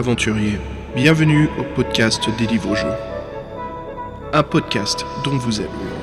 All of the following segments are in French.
aventuriers, bienvenue au podcast des livres au jeu. Un podcast dont vous êtes le héros.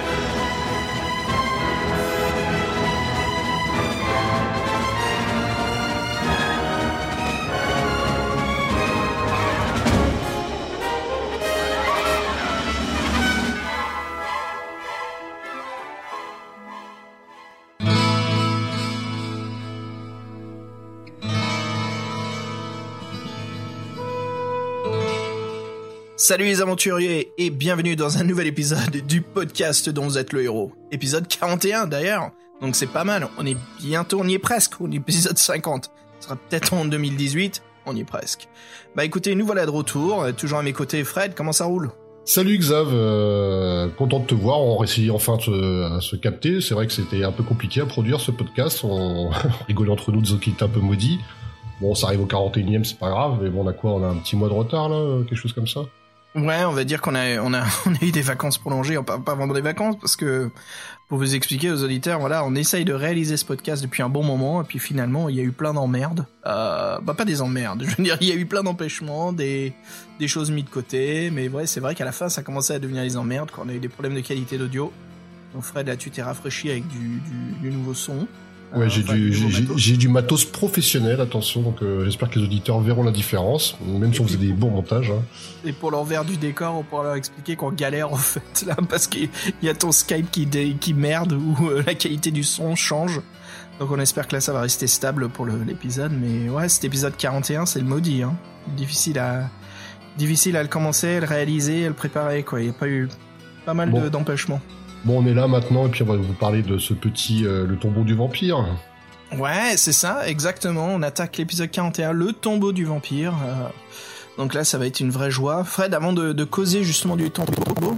Salut les aventuriers et bienvenue dans un nouvel épisode du podcast dont vous êtes le héros. Épisode 41 d'ailleurs, donc c'est pas mal, on y est presque, on est épisode 50. Ce sera peut-être en 2018, on y est presque. Bah écoutez, nous voilà de retour, toujours à mes côtés Fred, comment ça roule ? Salut Xav, content de te voir, on réussit enfin à se capter, c'est vrai que c'était un peu compliqué à produire ce podcast, on rigolait entre nous de qui était un peu maudit. Bon, ça arrive au 41e, c'est pas grave, mais bon, on a un petit mois de retard là, quelque chose comme ça. Ouais, on va dire qu'on a eu des vacances prolongées, pas vraiment des vacances, parce que, pour vous expliquer aux auditeurs, voilà, on essaye de réaliser ce podcast depuis un bon moment, et puis finalement, il y a eu plein d'emmerdes. Pas des emmerdes, je veux dire, il y a eu plein d'empêchements, des choses mises de côté, mais ouais, c'est vrai qu'à la fin, ça commençait à devenir des emmerdes, quand on a eu des problèmes de qualité d'audio. Donc Fred, là, tu t'es rafraîchi avec du nouveau son. Ouais, j'ai du matos professionnel, attention, donc j'espère que les auditeurs verront la différence, même si on faisait des bons montages. Hein. Et pour l'envers du décor, on pourra leur expliquer qu'on galère en fait, là, parce qu'il y a ton Skype qui merde, ou la qualité du son change. Donc on espère que là ça va rester stable pour l'épisode, mais ouais, cet épisode 41, c'est le maudit, hein. Difficile à le commencer, à le réaliser, à le préparer, quoi. Il y a pas eu pas mal d'empêchements. Bon, on est là maintenant, et puis on va vous parler de ce petit, le tombeau du vampire. Ouais, c'est ça, exactement. On attaque l'épisode 41, le tombeau du vampire. Donc là, ça va être une vraie joie. Fred, avant de causer justement du tombeau,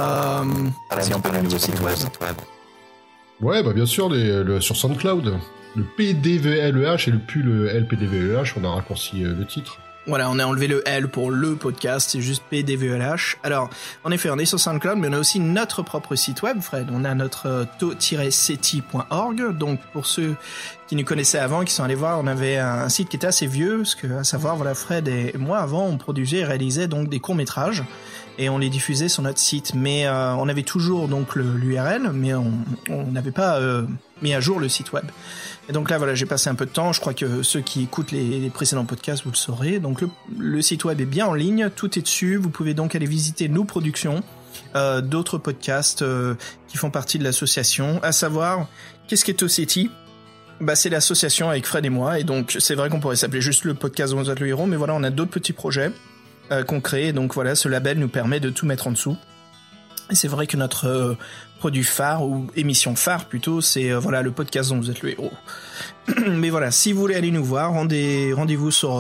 si on parle un nouveau site web. Ouais, bah bien sûr, sur SoundCloud. Le PDVLEH et plus le LPDVLEH, on a raccourci le titre. Voilà, on a enlevé le L pour le podcast, c'est juste PDVLH. Alors, en effet, on est sur SoundCloud, mais on a aussi notre propre site web, Fred. On a notre to-seti.org. Donc, pour ceux qui nous connaissaient avant, qui sont allés voir, on avait un site qui était assez vieux, parce que, à savoir, voilà, Fred et moi, avant, on produisait et réalisait donc des courts-métrages, et on les diffusait sur notre site. Mais on avait toujours donc l'URL, mais on n'avait pas mis à jour le site web. Et donc là, voilà, j'ai passé un peu de temps. Je crois que ceux qui écoutent les précédents podcasts, vous le saurez. Donc le site web est bien en ligne, tout est dessus. Vous pouvez donc aller visiter nos productions, d'autres podcasts qui font partie de l'association. À savoir, qu'est-ce qu'est To-Seti ? Bah, c'est l'association avec Fred et moi. Et donc, c'est vrai qu'on pourrait s'appeler juste le podcast dont vous êtes le héros, mais voilà, on a d'autres petits projets qu'on crée. Donc voilà, ce label nous permet de tout mettre en dessous. Et c'est vrai que notre produit phare, ou émission phare plutôt, c'est voilà, le podcast dont vous êtes le héros. Mais voilà, si vous voulez aller nous voir, rendez-vous sur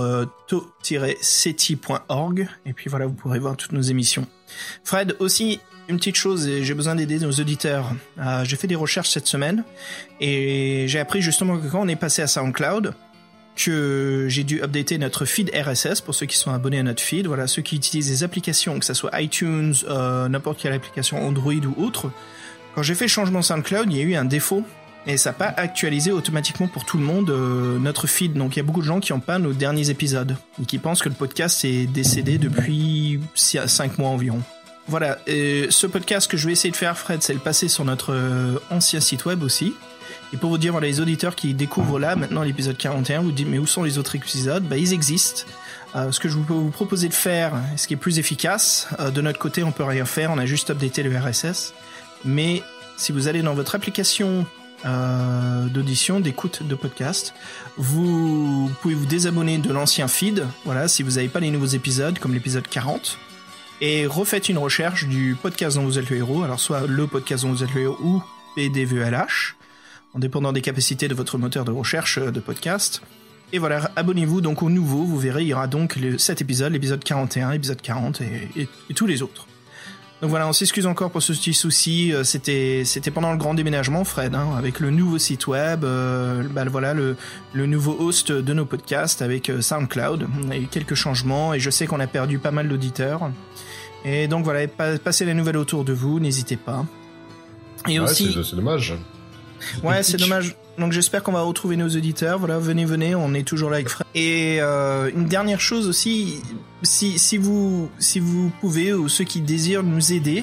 to-seti.org, et puis voilà, vous pourrez voir toutes nos émissions. Fred, aussi, une petite chose, et j'ai besoin d'aider nos auditeurs. J'ai fait des recherches cette semaine, et j'ai appris justement que quand on est passé à SoundCloud, que j'ai dû updater notre feed RSS pour ceux qui sont abonnés à notre feed. Voilà, ceux qui utilisent des applications, que ça soit iTunes, n'importe quelle application Android ou autre. Quand j'ai fait le changement SoundCloud, il y a eu un défaut et ça n'a pas actualisé automatiquement pour tout le monde notre feed. Donc il y a beaucoup de gens qui n'ont pas nos derniers épisodes et qui pensent que le podcast est décédé depuis 5 mois environ. Voilà, ce podcast que je vais essayer de faire, Fred, c'est le passer sur notre ancien site web aussi. Et pour vous dire, voilà, les auditeurs qui découvrent là, maintenant l'épisode 41, vous dites, mais où sont les autres épisodes ? Bah, ils existent. Ce que je peux vous proposer de faire, ce qui est plus efficace, de notre côté, on peut rien faire, on a juste updaté le RSS. Mais si vous allez dans votre application d'audition, d'écoute de podcast, vous pouvez vous désabonner de l'ancien feed, voilà, si vous n'avez pas les nouveaux épisodes, comme l'épisode 40, et refaites une recherche du podcast dont vous êtes le héros, alors soit le podcast dont vous êtes le héros ou PDVLH, en dépendant des capacités de votre moteur de recherche de podcast. Et voilà, abonnez-vous donc au nouveau, vous verrez, il y aura donc cet épisode, l'épisode 41, l'épisode 40 et tous les autres. Donc voilà, on s'excuse encore pour ce petit souci, c'était pendant le grand déménagement, Fred, hein, avec le nouveau site web, voilà, le nouveau host de nos podcasts avec SoundCloud. On a eu quelques changements et je sais qu'on a perdu pas mal d'auditeurs. Et donc voilà, passez la nouvelle autour de vous, n'hésitez pas. Et ouais, aussi, c'est dommage. Ouais, c'est dommage. Donc j'espère qu'on va retrouver nos auditeurs. Voilà, venez, on est toujours là avec Fred. Et une dernière chose aussi, si vous pouvez, ou ceux qui désirent nous aider,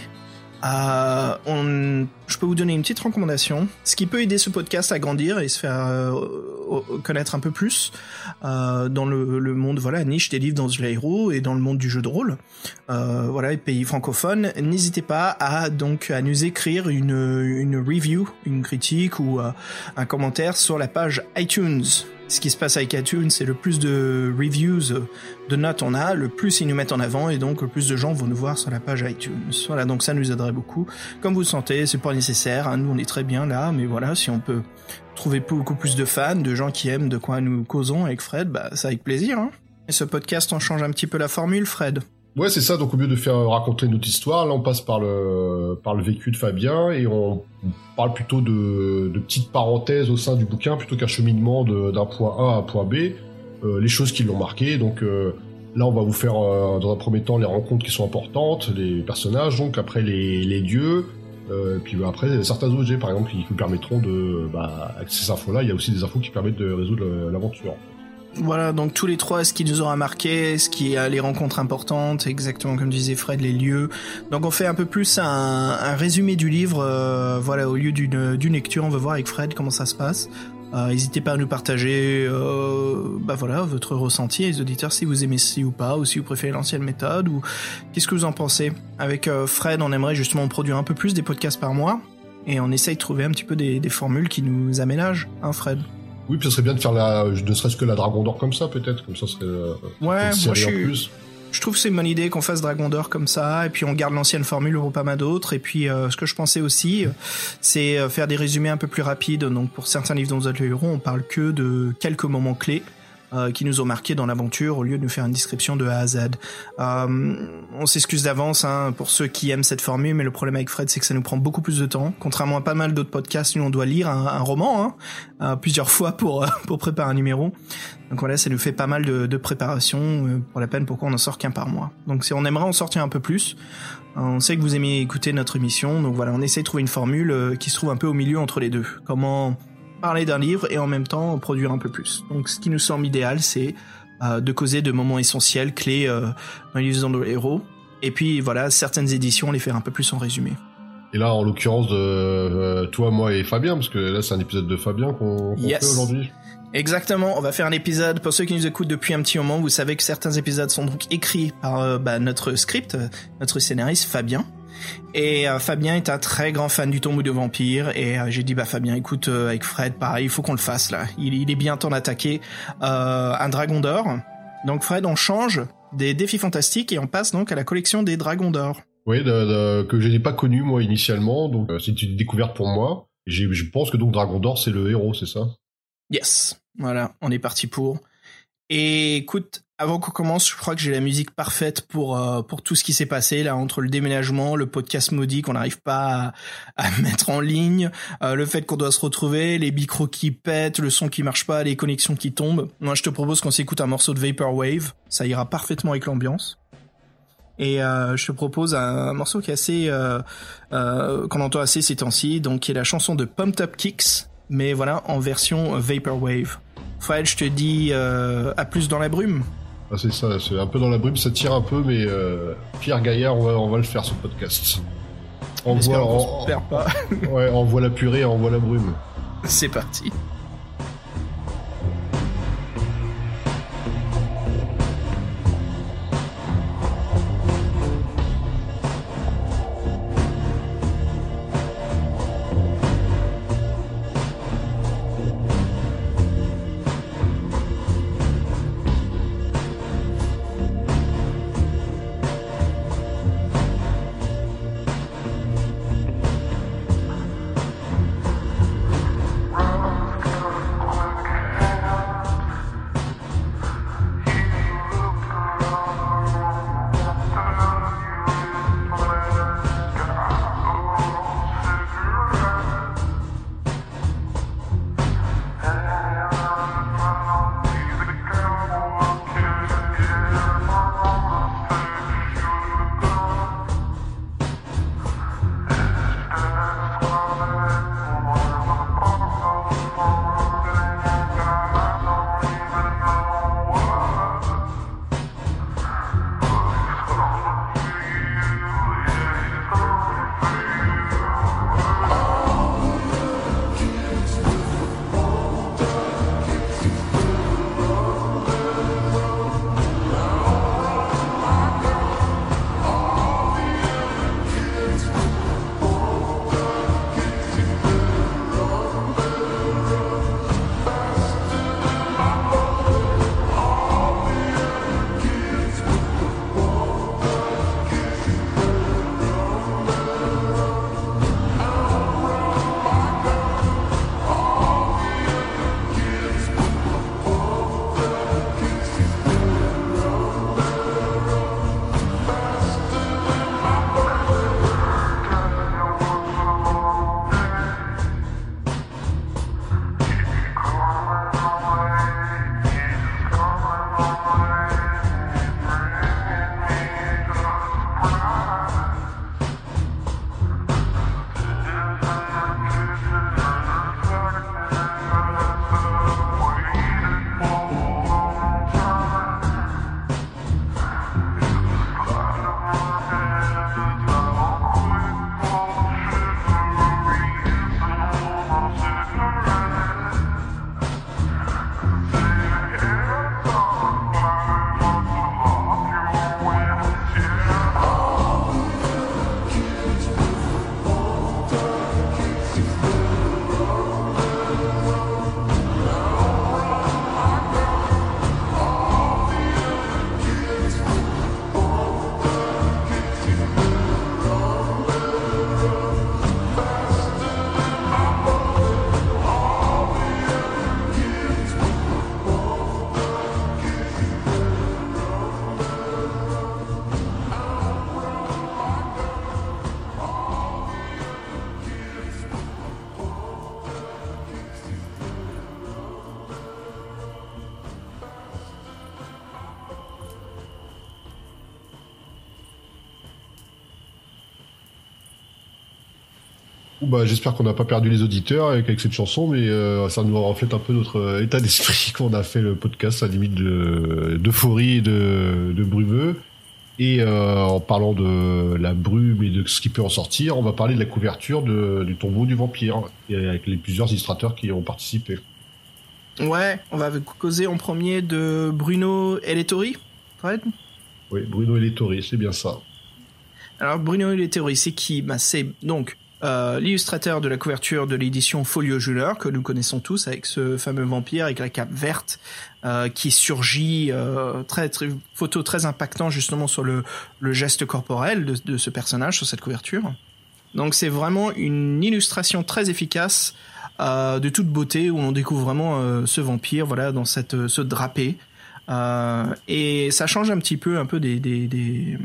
je peux vous donner une petite recommandation. Ce qui peut aider ce podcast à grandir et se faire connaître un peu plus dans le monde, voilà, niche des livres dans le héros et dans le monde du jeu de rôle, voilà, les pays francophones. N'hésitez pas à nous écrire une review, une critique ou un commentaire sur la page iTunes. Ce qui se passe avec iTunes, c'est le plus de reviews, de notes on a, le plus ils nous mettent en avant et donc le plus de gens vont nous voir sur la page iTunes. Voilà, donc ça nous aiderait beaucoup. Comme vous le sentez, c'est pas nécessaire, hein, nous on est très bien là, mais voilà, si on peut trouver beaucoup plus de fans, de gens qui aiment de quoi nous causons avec Fred, bah c'est avec plaisir. Hein. Et ce podcast, on change un petit peu la formule, Fred. Ouais, c'est ça. Donc au lieu de faire raconter notre histoire, là on passe par le vécu de Fabien et on parle plutôt de petites parenthèses au sein du bouquin plutôt qu'un cheminement d'un point A à un point B, les choses qui l'ont marqué. Donc là on va vous faire dans un premier temps les rencontres qui sont importantes, les personnages, donc après les lieux, puis après certains objets par exemple qui vous permettront avec ces infos-là, il y a aussi des infos qui permettent de résoudre l'aventure. Voilà, donc tous les trois, ce qui nous aura marqué, ce qui a les rencontres importantes, exactement comme disait Fred, les lieux. Donc on fait un peu plus un résumé du livre, voilà, au lieu d'une lecture, on va voir avec Fred comment ça se passe. N'hésitez pas à nous partager voilà, votre ressenti, les auditeurs, si vous aimez ci ou pas, ou si vous préférez l'ancienne méthode, ou qu'est-ce que vous en pensez. Avec Fred, on aimerait justement produire un peu plus des podcasts par mois, et on essaye de trouver un petit peu des formules qui nous aménagent, hein Fred? Oui, puis ça serait bien de faire ne serait-ce que la Dragon d'Or comme ça, peut-être, comme ça serait ouais, une série en plus. Je trouve que c'est une bonne idée qu'on fasse Dragon d'Or comme ça, et puis on garde l'ancienne formule pour pas mal d'autres, et puis ce que je pensais aussi, c'est faire des résumés un peu plus rapides. Donc pour certains livres dont vous êtes le héros, on parle que de quelques moments clés qui nous ont marqués dans l'aventure, au lieu de nous faire une description de A à Z. On s'excuse d'avance pour ceux qui aiment cette formule, mais le problème avec Fred, c'est que ça nous prend beaucoup plus de temps. Contrairement à pas mal d'autres podcasts, nous on doit lire un roman plusieurs fois pour préparer un numéro. Donc voilà, ça nous fait pas mal de préparation pour la peine, pourquoi on en sort qu'un par mois. Donc on aimerait en sortir un peu plus. On sait que vous aimez écouter notre émission, donc voilà, on essaie de trouver une formule qui se trouve un peu au milieu entre les deux. Comment parler d'un livre et en même temps produire un peu plus. Donc ce qui nous semble idéal, c'est de causer de moments essentiels, clés dans les livres de héros. Et puis voilà, certaines éditions, les faire un peu plus en résumé. Et là, en l'occurrence, toi, moi et Fabien, parce que là, c'est un épisode de Fabien qu'on fait aujourd'hui. Exactement, on va faire un épisode, pour ceux qui nous écoutent depuis un petit moment, vous savez que certains épisodes sont donc écrits par notre script, notre scénariste Fabien. Et Fabien est un très grand fan du Tombeau de Vampire, et j'ai dit Fabien, écoute, avec Fred, pareil, il faut qu'on le fasse là. Il est bien temps d'attaquer un Dragon d'Or. Donc Fred, on change des défis fantastiques et on passe donc à la collection des Dragons d'Or. Oui, que je n'ai pas connu moi initialement, donc c'est une découverte pour moi. Je pense que donc Dragon d'Or c'est le héros, c'est ça? Yes, voilà, on est parti pour. Et écoute, avant qu'on commence, je crois que j'ai la musique parfaite pour tout ce qui s'est passé là entre le déménagement, le podcast maudit qu'on n'arrive pas à mettre en ligne, le fait qu'on doit se retrouver, les micros qui pètent, le son qui marche pas, les connexions qui tombent. Moi, je te propose qu'on s'écoute un morceau de Vaporwave, ça ira parfaitement avec l'ambiance. Et je te propose un morceau qui est assez qu'on entend assez ces temps-ci, donc qui est la chanson de Pumped Up Kicks, mais voilà en version Vaporwave. Fred, je te dis à plus dans la brume. Ah, c'est ça, c'est un peu dans la brume, ça tire un peu, mais Pierre Gaillard, on va le faire ce podcast. On perd pas. Ouais, on voit la purée, on voit la brume. C'est parti. J'espère qu'on n'a pas perdu les auditeurs avec cette chanson, mais ça nous reflète un peu notre état d'esprit quand on a fait le podcast, à la limite d'euphorie et de brumeux. Et en parlant de la brume et de ce qui peut en sortir, on va parler de la couverture du tombeau du vampire, et avec les plusieurs illustrateurs qui ont participé. Ouais, on va causer en premier de Bruno Elettori, Fred ? Oui, Bruno Elettori, c'est bien ça. Alors Bruno Elettori, c'est qui ? C'est donc l'illustrateur de la couverture de l'édition Folio Junior, que nous connaissons tous, avec ce fameux vampire avec la cape verte qui surgit, photo très impactant justement sur le geste corporel de ce personnage sur cette couverture. Donc c'est vraiment une illustration très efficace de toute beauté, où on découvre vraiment ce vampire, voilà, dans ce drapé. Et ça change un peu du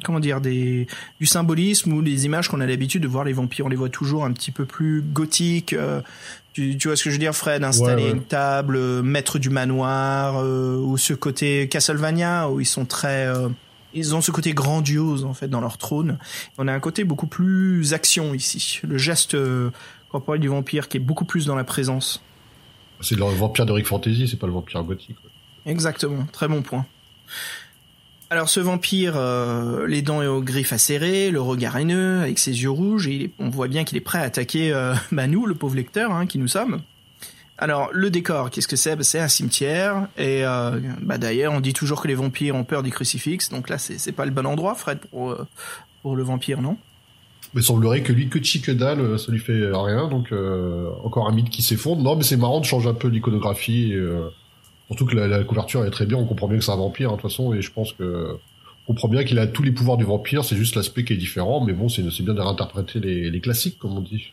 symbolisme ou des images qu'on a l'habitude de voir les vampires. On les voit toujours un petit peu plus gothiques. Tu vois ce que je veux dire, Fred? Installer une table, maître du manoir, ou ce côté Castlevania où ils sont ils ont ce côté grandiose en fait dans leur trône. On a un côté beaucoup plus action ici. Le geste corporel du vampire qui est beaucoup plus dans la présence. C'est le vampire de Rick Fantasy, c'est pas le vampire gothique. Exactement, très bon point. Alors ce vampire, les dents et aux griffes acérées, le regard haineux, avec ses yeux rouges, et on voit bien qu'il est prêt à attaquer nous, le pauvre lecteur, qui nous sommes. Alors le décor, qu'est-ce que c'est ? C'est un cimetière, et d'ailleurs on dit toujours que les vampires ont peur des crucifixes, donc là c'est pas le bon endroit, Fred, pour le vampire, non ? Mais il semblerait que lui, que chi que dalle, ça lui fait rien, donc encore un mythe qui s'effondre. Non, mais c'est marrant de changer un peu l'iconographie, surtout que la couverture est très bien, on comprend bien que c'est un vampire, de toute façon, et je pense que on comprend bien qu'il a tous les pouvoirs du vampire, c'est juste l'aspect qui est différent, mais bon, c'est bien de réinterpréter les classiques, comme on dit.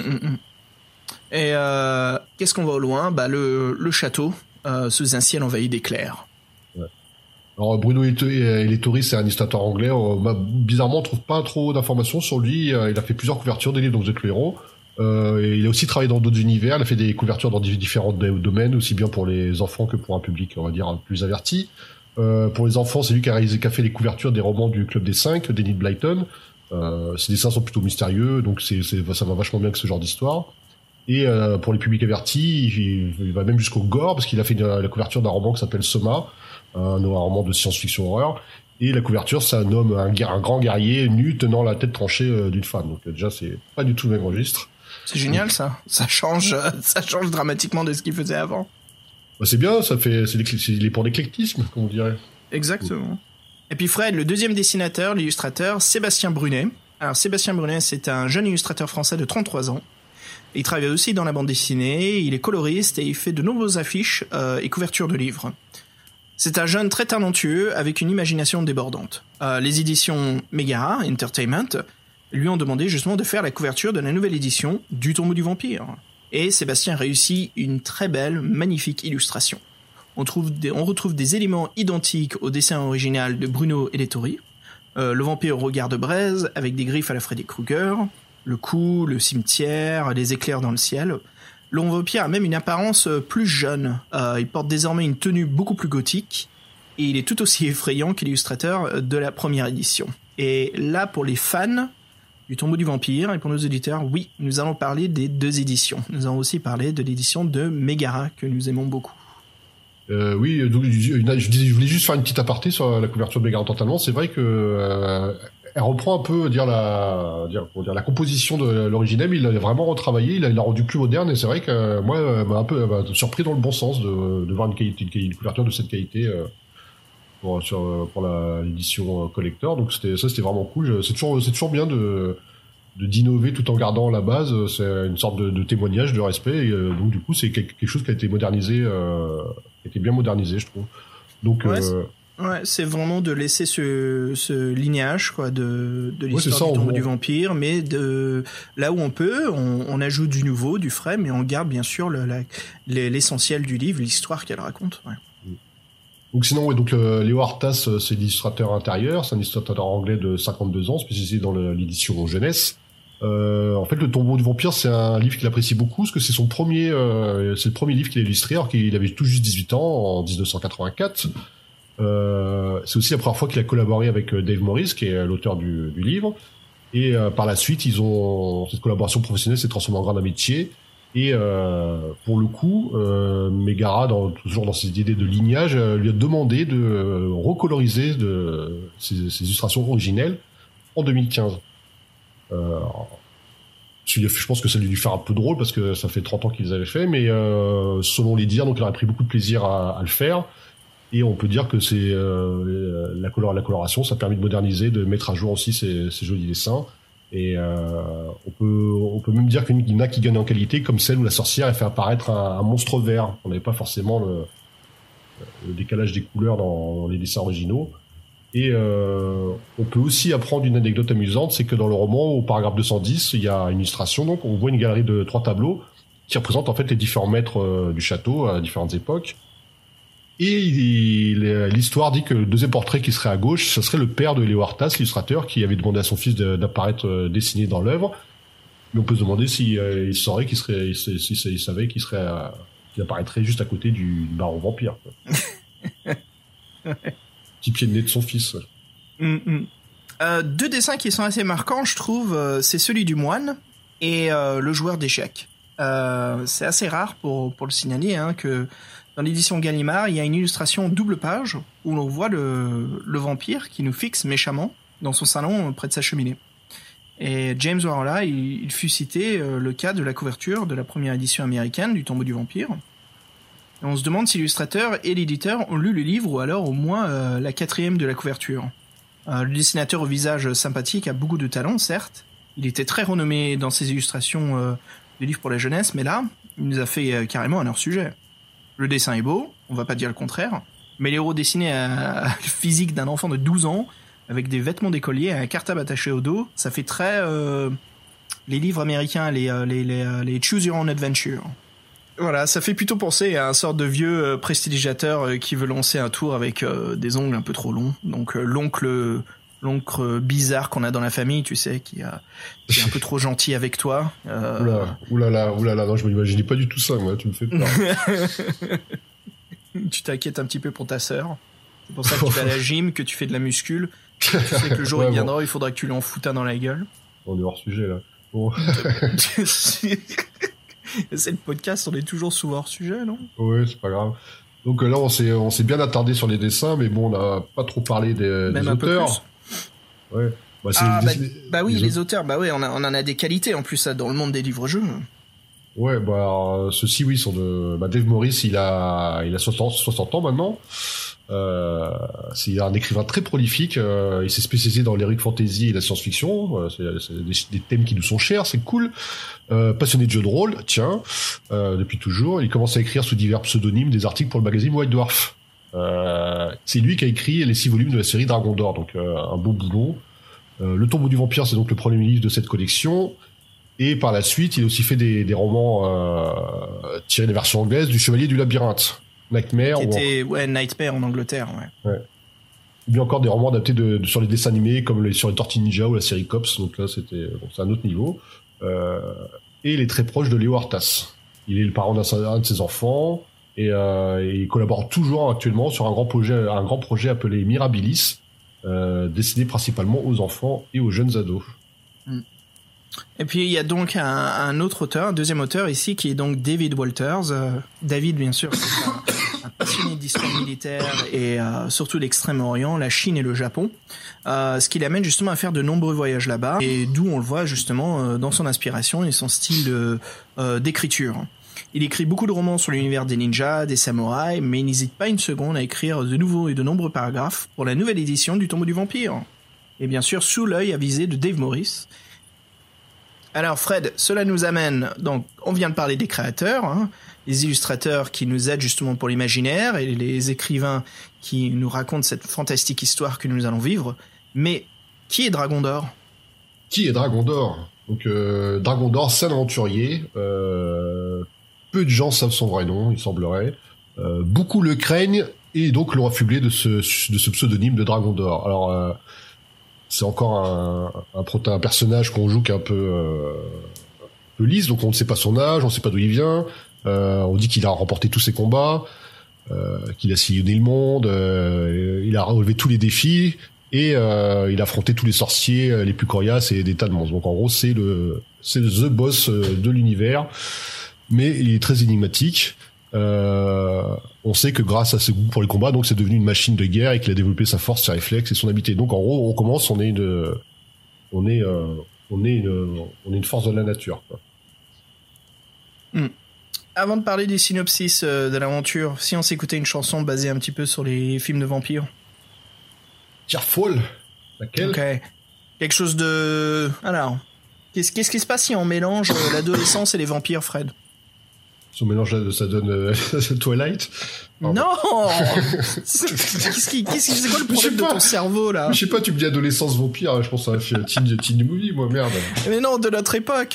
Et qu'est-ce qu'on voit au loin ? Le château, sous un ciel envahi d'éclairs. Ouais. Alors Bruno Elettori, c'est un illustrateur anglais, bizarrement on trouve pas trop d'informations sur lui, il a fait plusieurs couvertures des livres dont vous êtes le héros. Et il a aussi travaillé dans d'autres univers, il a fait des couvertures dans différents domaines, aussi bien pour les enfants que pour un public, on va dire, plus averti. Pour les enfants, c'est lui qui a fait les couvertures des romans du Club des 5, d'Enid Blyton. Ses dessins sont plutôt mystérieux, donc ça va vachement bien avec ce genre d'histoire. Et pour les publics avertis, il va même jusqu'au gore, parce qu'il a fait la couverture d'un roman qui s'appelle Soma, un roman de science-fiction horreur. Et la couverture, c'est un homme, un grand guerrier nu tenant la tête tranchée d'une femme. Donc déjà, c'est pas du tout le même registre. C'est génial, ça. Ça change dramatiquement de ce qu'il faisait avant. C'est bien, il est pour l'éclectisme, comme on dirait. Exactement. Et puis Fred, le deuxième dessinateur, l'illustrateur, Sébastien Brunet. Alors Sébastien Brunet, c'est un jeune illustrateur français de 33 ans. Il travaille aussi dans la bande dessinée, il est coloriste et il fait de nombreuses affiches et couvertures de livres. C'est un jeune très talentueux avec une imagination débordante. Les éditions Megara Entertainment lui ont demandé justement de faire la couverture de la nouvelle édition du Tombeau du Vampire. Et Sébastien réussit une très belle, magnifique illustration. On retrouve des éléments identiques au dessin original de Bruno Elettori. Le vampire au regard de braise, avec des griffes à la Freddy Krueger, le cou, le cimetière, les éclairs dans le ciel. Le vampire a même une apparence plus jeune. Il porte désormais une tenue beaucoup plus gothique, et il est tout aussi effrayant que l'illustrateur de la première édition. Et là, pour les fans du Tombeau du Vampire, et pour nos auditeurs, oui, nous allons parler des deux éditions. Nous allons aussi parler de l'édition de Megara, que nous aimons beaucoup. Oui, je voulais juste faire une petite aparté sur la couverture de Megara Totalement. C'est vrai que elle reprend un peu la composition de l'original, mais il l'a vraiment retravaillé, il l'a rendu plus moderne, et c'est vrai que moi, m'a un peu surpris dans le bon sens de voir une couverture de cette qualité pour l'édition collector. Donc c'était vraiment cool. C'est toujours bien d'innover tout en gardant la base. C'est une sorte de témoignage de respect, et donc du coup c'est quelque chose qui a été modernisé, qui a été bien modernisé, je trouve. Donc ouais, c'est vraiment de laisser ce lignage quoi de l'histoire du Tombeau du Vampire, mais là où on peut, on ajoute du nouveau, du frais, mais on garde bien sûr l'essentiel du livre, l'histoire qu'elle raconte. Ouais. Donc sinon, Léo Artas, c'est l'illustrateur intérieur, c'est un illustrateur anglais de 52 ans, spécialisé dans l'édition jeunesse. En fait, le Tombeau du Vampire, c'est un livre qu'il apprécie beaucoup, parce que c'est le premier livre qu'il a illustré, alors qu'il avait tout juste 18 ans, en 1984. C'est aussi la première fois qu'il a collaboré avec Dave Morris, qui est l'auteur du livre. Et par la suite, cette collaboration professionnelle s'est transformée en grande amitié. Et pour le coup, Megara, toujours dans ses idées de lignage, lui a demandé de recoloriser ses illustrations originelles en 2015. Je pense que ça lui a dû faire un peu drôle parce que ça fait 30 ans qu'ils avaient fait, mais selon les dires, donc il aurait pris beaucoup de plaisir à le faire. Et on peut dire que c'est la coloration, ça a permis de moderniser, de mettre à jour aussi ces jolis dessins. Et on peut même dire qu'il y en a qui gagnent en qualité, comme celle où la sorcière a fait apparaître un monstre vert. On n'avait pas forcément le décalage des couleurs dans les dessins originaux. Et on peut aussi apprendre une anecdote amusante, c'est que dans le roman, au paragraphe 210, il y a une illustration, donc on voit une galerie de 3 tableaux qui représentent en fait les différents maîtres du château à différentes époques. Et l'histoire dit que le deuxième portrait qui serait à gauche, ce serait le père de Léo Artas, l'illustrateur, qui avait demandé à son fils d'apparaître dessiné dans l'œuvre. Mais on peut se demander s'il savait qu'il apparaîtrait juste à côté du baron vampire. Petit pied de nez de son fils. Deux dessins qui sont assez marquants, je trouve, c'est celui du moine et le joueur d'échecs. C'est assez rare pour le signaler que dans l'édition Gallimard, il y a une illustration double page où l'on voit le vampire qui nous fixe méchamment dans son salon près de sa cheminée. Et James Warhola, il fut cité le cas de la couverture de la première édition américaine du Tombeau du vampire. Et on se demande si l'illustrateur et l'éditeur ont lu le livre ou alors au moins la 4e de la couverture. Le dessinateur au visage sympathique a beaucoup de talent, certes. Il était très renommé dans ses illustrations de livres pour la jeunesse, mais là, il nous a fait carrément un hors-sujet. Le dessin est beau, on va pas dire le contraire, mais l'héros dessiné à le physique d'un enfant de 12 ans, avec des vêtements d'écolier et un cartable attaché au dos, ça fait très les livres américains, les Choose Your Own Adventure. Voilà, ça fait plutôt penser à un sort de vieux prestidigitateur qui veut lancer un tour avec des ongles un peu trop longs. Donc l'oncle bizarre qu'on a dans la famille, tu sais, qui est un peu trop gentil avec toi. Oulala, non, je m'imaginais pas du tout ça, moi, tu me fais peur. Tu t'inquiètes un petit peu pour ta sœur. C'est pour ça que tu vas à la gym, que tu fais de la muscule. Tu sais que le jour il viendra, il faudra que tu lui en foutes un dans la gueule. On est hors sujet, là. Bon. C'est le podcast, on est toujours sous hors sujet, non? Ouais, c'est pas grave. Donc là, on s'est bien attardé sur les dessins, mais bon, on n'a pas trop parlé des auteurs. Ouais. Oui, les auteurs, on en a des qualités en plus ça, dans le monde des livres-jeux. Ouais, ceux-ci, oui, sont de. Dave Morris, il a 60 ans maintenant. C'est un écrivain très prolifique. Il s'est spécialisé dans l'heroic fantasy et la science-fiction. C'est des thèmes qui nous sont chers, c'est cool. Passionné de jeux de rôle, tiens, depuis toujours. Il commence à écrire sous divers pseudonymes des articles pour le magazine White Dwarf. C'est lui qui a écrit les 6 volumes de la série Dragon d'Or, donc un beau boulot. Le Tombeau du vampire, c'est donc le premier livre de cette collection. Et par la suite, il a aussi fait des romans tirés des versions anglaises du Chevalier du Labyrinthe. Nightmare. Nightmare en Angleterre, ouais. Il y a encore des romans adaptés sur les dessins animés, comme sur les Tortues Ninja ou la série Cops. Donc là, c'est un autre niveau. Et il est très proche de Léo Artas. Il est le parent d'un de ses enfants. Et il collabore toujours actuellement sur un grand projet appelé Mirabilis, destiné principalement aux enfants et aux jeunes ados. Et puis il y a donc un autre auteur, un deuxième auteur ici, qui est donc David Walters. David, bien sûr, c'est un passionné d'histoire militaire et surtout d'Extrême-Orient, la Chine et le Japon. Ce qui l'amène justement à faire de nombreux voyages là-bas, et d'où on le voit justement dans son inspiration et son style d'écriture. Il écrit beaucoup de romans sur l'univers des ninjas, des samouraïs, mais il n'hésite pas une seconde à écrire de nouveaux et de nombreux paragraphes pour la nouvelle édition du Tombeau du vampire. Et bien sûr, sous l'œil avisé de Dave Morris. Alors Fred, cela nous amène, donc on vient de parler des créateurs, les illustrateurs qui nous aident justement pour l'imaginaire, et les écrivains qui nous racontent cette fantastique histoire que nous allons vivre. Mais qui est Dragon d'Or ? Qui est Dragon d'Or ? Donc Dragon d'Or, c'est un aventurier. Peu de gens savent son vrai nom, il semblerait. Beaucoup le craignent et donc l'ont affublé de ce pseudonyme de Dragon d'Or. Alors c'est encore un personnage qu'on joue qui est un peu lisse, donc on ne sait pas son âge, on ne sait pas d'où il vient. On dit qu'il a remporté tous ses combats, qu'il a sillonné le monde, il a relevé tous les défis. Et il affrontait tous les sorciers les plus coriaces et des tas de monstres. Donc en gros, c'est the boss de l'univers, mais il est très énigmatique. On sait que grâce à ses goûts pour les combats, donc c'est devenu une machine de guerre et qu'il a développé sa force, ses réflexes et son habileté. Donc en gros, on commence, on est une force de la nature, quoi. Avant de parler du synopsis de l'aventure, si on s'écoutait une chanson basée un petit peu sur les films de vampires. Tearfall, laquelle? Ok. Quelque chose de... Alors, qu'est-ce qui se passe si on mélange l'adolescence et les vampires, Fred? Son mélange là, ça donne Twilight. Non. C'est quoi le problème de ton cerveau là? Je sais pas, tu me dis adolescence vampire, je pense à un teen movie, moi, merde. Mais non, de notre époque.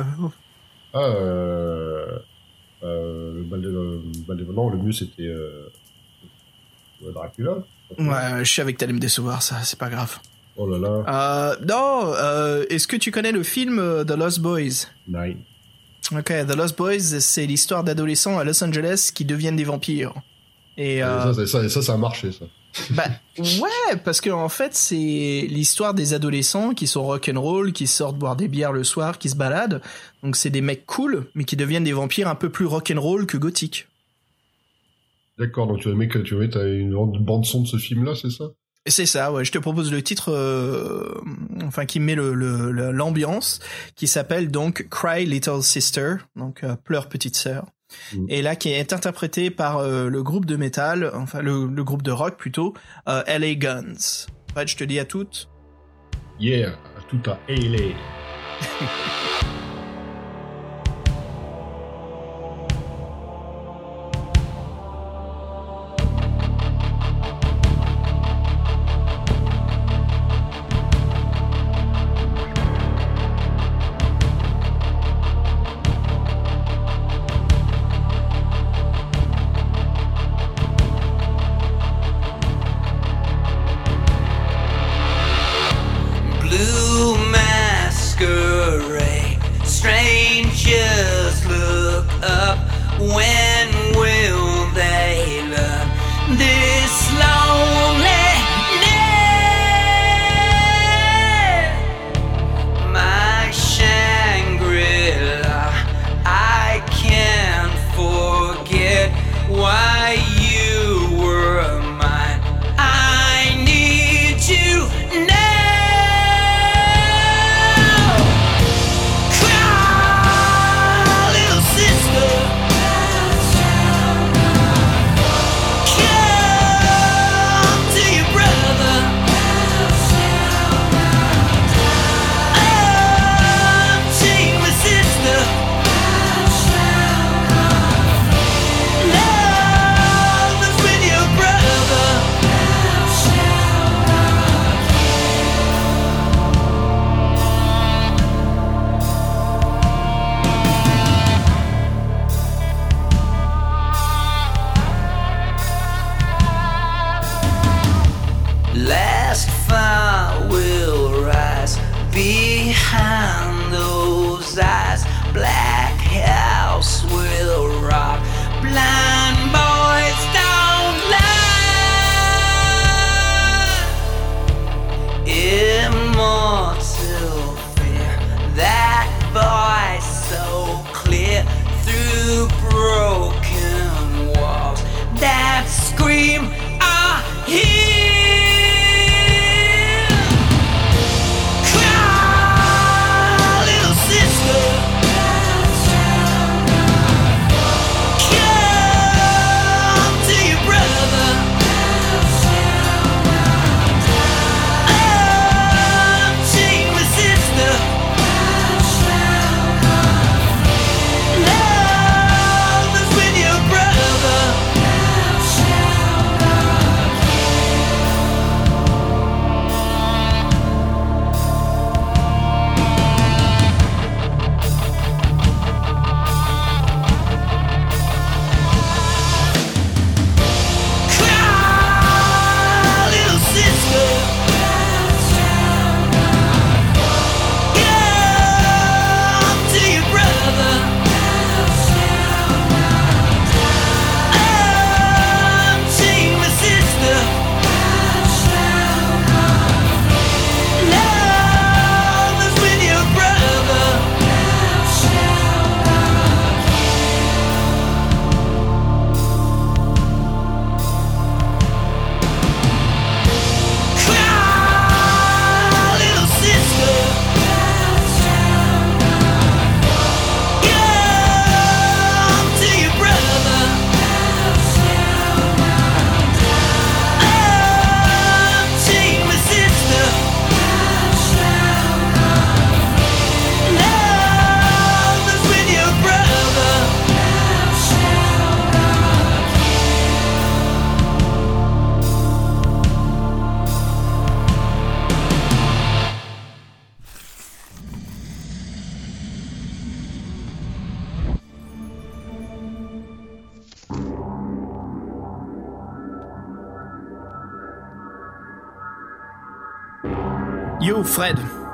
Non, le mieux c'était Dracula. Ouais, je sais que t'allais me décevoir, ça, c'est pas grave. Oh là là. Non, est-ce que tu connais le film The Lost Boys? Nine. Ok, The Lost Boys, c'est l'histoire d'adolescents à Los Angeles qui deviennent des vampires. Et ça a marché, ça. Bah ouais, parce que en fait c'est l'histoire des adolescents qui sont rock'n'roll, qui sortent boire des bières le soir, qui se baladent. Donc c'est des mecs cool, mais qui deviennent des vampires un peu plus rock'n'roll que gothiques. D'accord, donc tu vas mettre une bande son de ce film-là, c'est ça? C'est ça, ouais. Je te propose le titre, qui met l'ambiance, qui s'appelle donc Cry Little Sister, donc pleure petite sœur. Et là, qui est interprété par le groupe de métal, enfin le groupe de rock plutôt, LA Guns. Fred, je te dis à toutes. Yeah, tout à LA. Blue masquerade Yo, Fred.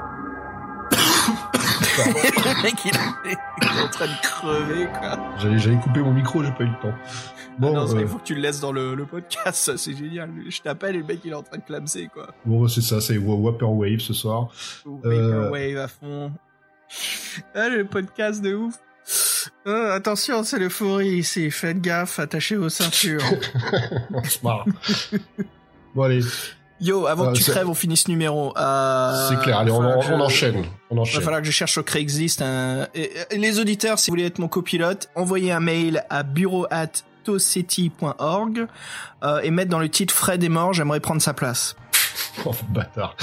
Le mec, il est en train de crever, quoi. J'allais couper mon micro, j'ai pas eu le temps. Bon, non, il faut que tu le laisses dans le podcast, ça, c'est génial. Je t'appelle et le mec, il est en train de clamser, quoi. Bon, c'est ça, c'est Vaporwave ce soir. Vaporwave à fond. Ah, le podcast de ouf. Attention, c'est l'euphorie ici. Faites gaffe, attachez vos ceintures. On se marre. Bon, allez. Yo, avant que tu crèves, on finit ce numéro. C'est clair, allez, on enchaîne. Il va falloir que je cherche sur Craigslist. Et les auditeurs, si vous voulez être mon copilote, envoyez un mail à bureau@toceti.org et mettre dans le titre Fred est mort, j'aimerais prendre sa place. Oh, bâtard.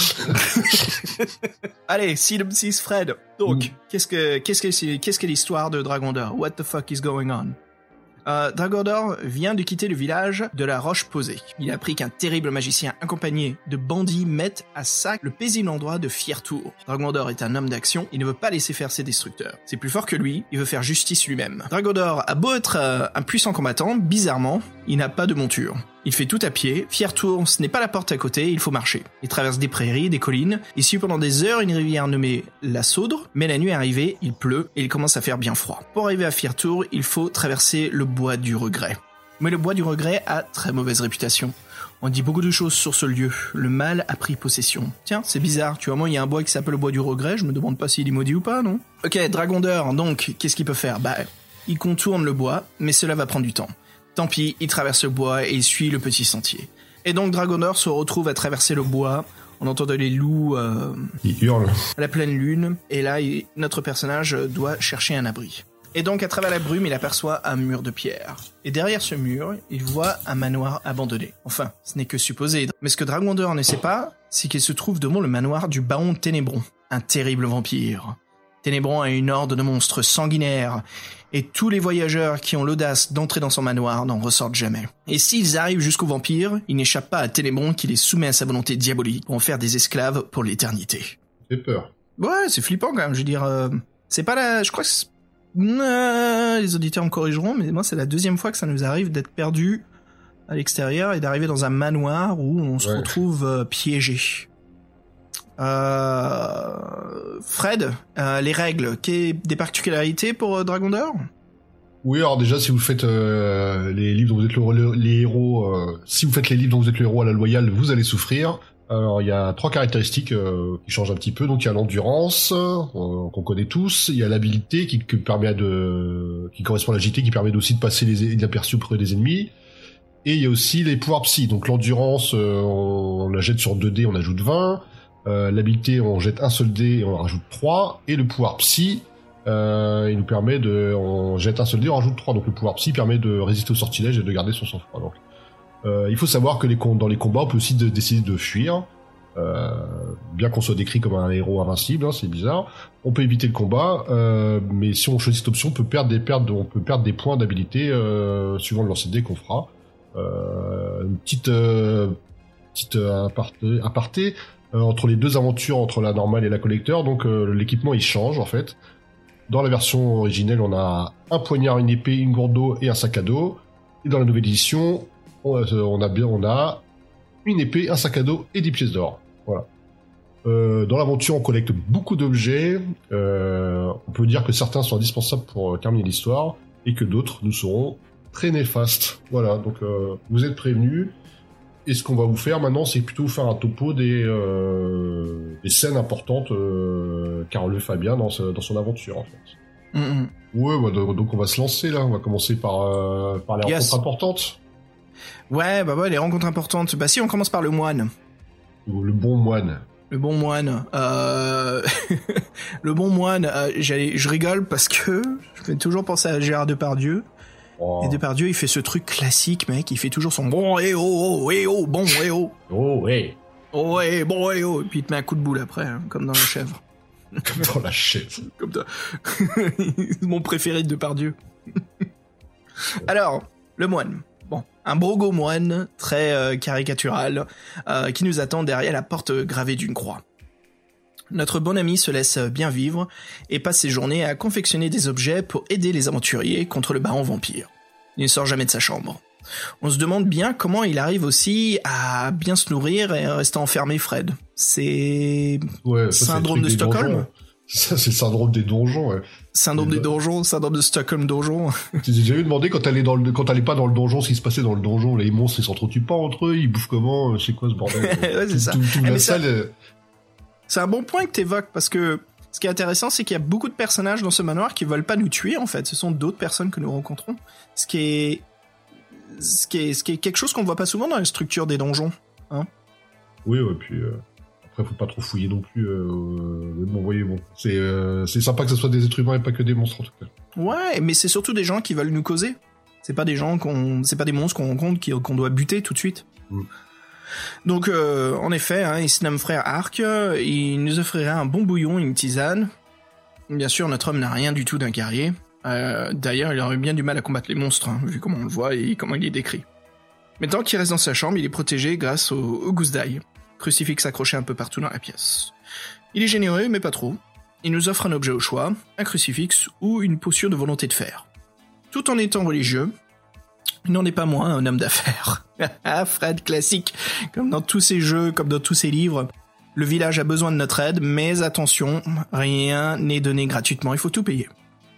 Allez, synopsis Fred. Donc, qu'est-ce que l'histoire de Dragon d'Or? What the fuck is going on? Dragon d'Or vient de quitter le village de la Roche-Posée. Il a appris qu'un terrible magicien accompagné de bandits met à sac le paisible endroit de Fiertour. Dragon d'Or est un homme d'action, il ne veut pas laisser faire ses destructeurs. C'est plus fort que lui, il veut faire justice lui-même. Dragon d'Or a beau être un puissant combattant, bizarrement, il n'a pas de monture. Il fait tout à pied, Fiertour, ce n'est pas la porte à côté, il faut marcher. Il traverse des prairies, des collines, il suit pendant des heures une rivière nommée la Saudre, mais la nuit est arrivée, il pleut et il commence à faire bien froid. Pour arriver à Fiertour, il faut traverser le bois du regret. Mais le bois du regret a très mauvaise réputation. On dit beaucoup de choses sur ce lieu, le mal a pris possession. Tiens, c'est bizarre, tu vois, moi il y a un bois qui s'appelle le bois du regret, je me demande pas s'il est maudit ou pas, non? Ok, Dragon d'Or, donc, qu'est-ce qu'il peut faire? Il contourne le bois, mais cela va prendre du temps. Tant pis, il traverse le bois et il suit le petit sentier. Et donc Dragon d'Or se retrouve à traverser le bois, on entend les loups ils hurlent à la pleine lune, et là notre personnage doit chercher un abri. Et donc à travers la brume, il aperçoit un mur de pierre. Et derrière ce mur, il voit un manoir abandonné. Enfin, ce n'est que supposé. Mais ce que Dragon d'Or ne sait pas, c'est qu'il se trouve devant le manoir du baron Ténébron, un terrible vampire. Ténébron a une horde de monstres sanguinaires, et tous les voyageurs qui ont l'audace d'entrer dans son manoir n'en ressortent jamais. Et s'ils arrivent jusqu'au vampire, ils n'échappent pas à Ténébron qui les soumet à sa volonté diabolique pour en faire des esclaves pour l'éternité. Ça fait peur. Ouais, c'est flippant quand même, je veux dire, c'est pas la... Je crois que les auditeurs me corrigeront, mais moi c'est la deuxième fois que ça nous arrive d'être perdus à l'extérieur et d'arriver dans un manoir où on se retrouve piégé. Fred, les règles, des particularités pour Dragon d'Or? Oui, alors déjà, si vous faites les livres dont vous êtes les héros, si vous faites les livres dont vous êtes le héros à la loyale, vous allez souffrir. Alors, il y a 3 caractéristiques qui changent un petit peu. Donc, il y a l'endurance, qu'on connaît tous. Il y a l'habilité qui correspond à l'agilité, qui permet aussi de passer inaperçu auprès des ennemis. Et il y a aussi les pouvoirs psy. Donc, l'endurance, on la jette sur 2 dés, on ajoute 20. L'habilité, on jette un seul dé et on rajoute 3. Et le pouvoir psy, il nous permet on jette un seul dé, on rajoute 3. Donc le pouvoir psy permet de résister au sortilège et de garder son sang-froid. Donc, il faut savoir que dans les combats, on peut aussi décider de fuir. Bien qu'on soit décrit comme un héros invincible, c'est bizarre. On peut éviter le combat, mais si on choisit cette option, on peut perdre des points d'habilité suivant le lancer de dés qu'on fera. Une petite aparté. Entre les 2 aventures, entre la normale et la collector, donc l'équipement il change en fait. Dans la version originelle, on a un poignard, une épée, une gourde d'eau et un sac à dos. Et dans la nouvelle édition, on a une épée, un sac à dos et 10 pièces d'or. Voilà. Dans l'aventure, on collecte beaucoup d'objets. On peut dire que certains sont indispensables pour terminer l'histoire et que d'autres nous seront très néfastes. Voilà, donc vous êtes prévenus. Et ce qu'on va vous faire maintenant, c'est plutôt vous faire un topo des scènes importantes Carole Fabien dans son aventure, en fait. Ouais, donc on va se lancer, là. On va commencer par les rencontres importantes. Ouais, les rencontres importantes. Si, on commence par le moine. Le bon moine. Le bon moine. Le bon moine, je rigole parce que je fais toujours penser à Gérard Depardieu. Et Depardieu, il fait ce truc classique, mec, il fait toujours son bon et oh, bon et oh. Oh, ouais. Oh, ouais, bon et oh. Et puis il te met un coup de boule après, hein, comme dans La Chèvre. Comme dans La Chèvre. Comme dans... Mon préféré de Depardieu. Alors, le moine. Bon, un brogo moine, très caricatural, qui nous attend derrière la porte gravée d'une croix. Notre bon ami se laisse bien vivre et passe ses journées à confectionner des objets pour aider les aventuriers contre le baron vampire. Il ne sort jamais de sa chambre. On se demande bien comment il arrive aussi à bien se nourrir et rester enfermé Fred. C'est Ouais, ça, syndrome de c'est le truc des Stockholm. donjons. Ça, c'est le syndrome des donjons, ouais. Syndrome des donjons, syndrome de Stockholm donjon. J'ai déjà eu demandé quand t'allais pas dans le donjon, ce qui se passait dans le donjon, les monstres ils s'entretuent pas entre eux, ils bouffent comment, c'est quoi ce bordel? Ouais, c'est ça. Toute la salle. C'est un bon point que t'évoques parce que ce qui est intéressant, c'est qu'il y a beaucoup de personnages dans ce manoir qui veulent pas nous tuer en fait. Ce sont d'autres personnes que nous rencontrons. Ce qui est quelque chose qu'on voit pas souvent dans les structures des donjons. Hein. Oui, ouais, puis après faut pas trop fouiller non plus. Mais bon, voyez, bon, c'est sympa que ce soit des êtres humains et pas que des monstres en tout cas. Ouais, mais c'est surtout des gens qui veulent nous causer. C'est pas des gens c'est pas des monstres qu'on rencontre qu'on doit buter tout de suite. Donc, en effet, hein, il se nomme frère Arc, il nous offrirait un bon bouillon et une tisane. Bien sûr, notre homme n'a rien du tout d'un guerrier. D'ailleurs, il aurait bien du mal à combattre les monstres, hein, vu comment on le voit et comment il est décrit. Mais tant qu'il reste dans sa chambre, il est protégé grâce au gousse d'ail. Crucifix accroché un peu partout dans la pièce. Il est généreux, mais pas trop. Il nous offre un objet au choix, un crucifix ou une potion de volonté de fer. Tout en étant religieux, il n'en est pas moins un homme d'affaires. Fred, classique. Comme dans tous ces jeux, comme dans tous ces livres, le village a besoin de notre aide, mais attention, rien n'est donné gratuitement, il faut tout payer.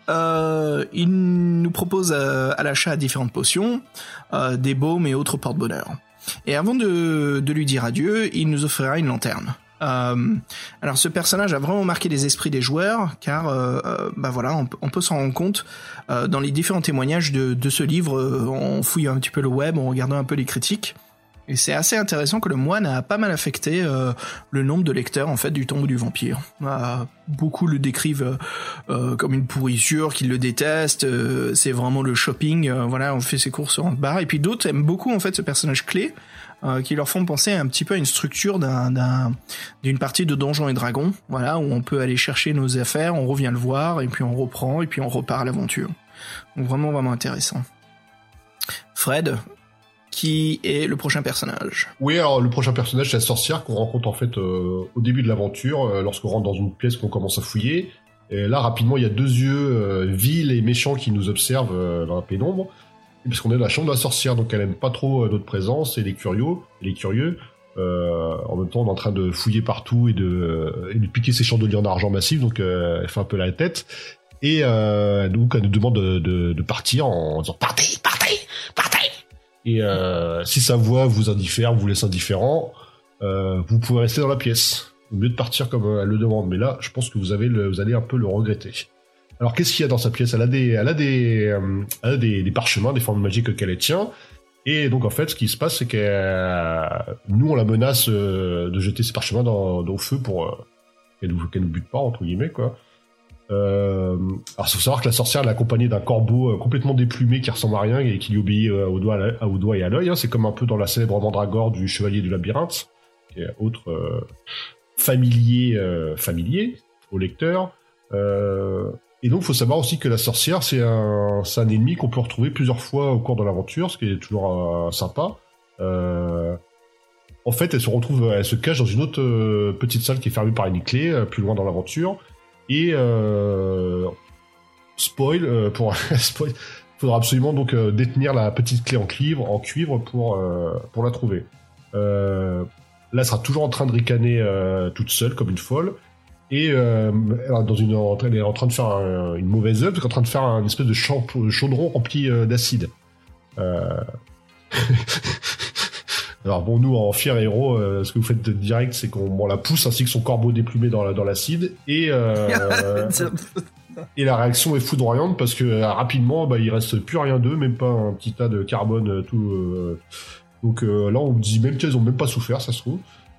Il nous propose à l'achat différentes potions, des baumes et autres porte-bonheur. Et avant de lui dire adieu, il nous offrira une lanterne. Alors ce personnage a vraiment marqué les esprits des joueurs, car bah voilà, on peut s'en rendre compte dans les différents témoignages de ce livre, en fouillant un petit peu le web, en regardant un peu les critiques. Et c'est assez intéressant que le moine a pas mal affecté le nombre de lecteurs en fait du Tombeau du Vampire. Beaucoup le décrivent comme une pourriture, qu'ils le détestent. C'est vraiment le shopping. Voilà, on fait ses courses en bar. Et puis d'autres aiment beaucoup en fait ce personnage clé, qui leur font penser un petit peu à une structure d'une partie de Donjons et Dragons. Voilà, où on peut aller chercher nos affaires, on revient le voir et puis on reprend et puis on repart à l'aventure. Donc vraiment intéressant. Fred, qui est le prochain personnage? Oui, alors le prochain personnage, c'est la sorcière qu'on rencontre en fait au début de l'aventure, lorsqu'on rentre dans une pièce qu'on commence à fouiller. Et là, rapidement, il y a deux yeux vils et méchants qui nous observent dans la pénombre. Et puisqu'on est dans la chambre de la sorcière, donc elle aime pas trop notre présence, et les curieux. En même temps, on est en train de fouiller partout et de piquer ses chandeliers en argent massif, donc elle fait un peu la tête. Et donc, elle nous demande de partir en disant « Partez ! Et si sa voix vous vous laisse indifférent, vous pouvez rester dans la pièce, au mieux de partir comme elle le demande. Mais là, je pense que vous allez un peu le regretter. Alors, qu'est-ce qu'il y a dans sa pièce ? Elle a des parchemins, des formes magiques qu'elle tient. Et donc, en fait, ce qui se passe, c'est nous, on la menace de jeter ses parchemins au feu pour qu'elle nous bute pas, entre guillemets, quoi. Alors, il faut savoir que la sorcière elle est accompagnée d'un corbeau complètement déplumé qui ressemble à rien et qui lui obéit au doigt et à l'œil. Hein. C'est comme un peu dans la célèbre mandragore du Chevalier du Labyrinthe, qui est autre familier au lecteur. Et donc, il faut savoir aussi que la sorcière, c'est un ennemi qu'on peut retrouver plusieurs fois au cours de l'aventure, ce qui est toujours sympa. En fait, elle se cache dans une autre petite salle qui est fermée par une clé, plus loin dans l'aventure. Et spoil, il faudra absolument donc détenir la petite clé en cuivre pour la trouver. Là, elle sera toujours en train de ricaner toute seule comme une folle. Et elle est en train de faire une mauvaise œuvre, elle est en train de faire une espèce de chaudron rempli d'acide. Alors bon, nous en fiers héros, ce que vous faites direct, c'est qu'on la pousse ainsi que son corbeau déplumé dans l'acide et et la réaction est foudroyante parce que rapidement, il reste plus rien d'eux, même pas un petit tas de carbone tout. Donc là, on dit même qu'elles ont même pas souffert, ça se trouve.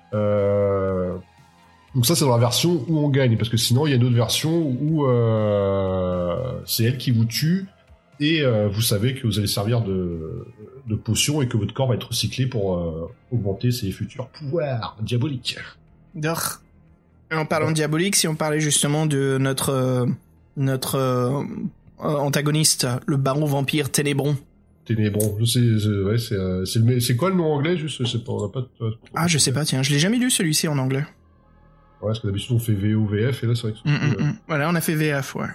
Donc ça, c'est dans la version où on gagne, parce que sinon, il y a une autre version où c'est elle qui vous tue. Et vous savez que vous allez servir de potion et que votre corps va être recyclé pour augmenter ses futurs pouvoirs diaboliques. En parlant de diabolique, si on parlait justement de notre antagoniste, le baron vampire Ténébron. Ténébron, c'est quoi le nom anglais juste? Je sais pas, on a pas. Ah, je sais pas, tiens, je l'ai jamais lu celui-ci en anglais. Ouais, parce que d'habitude on fait VO, VF, et là c'est vrai que Voilà, on a fait VF, ouais.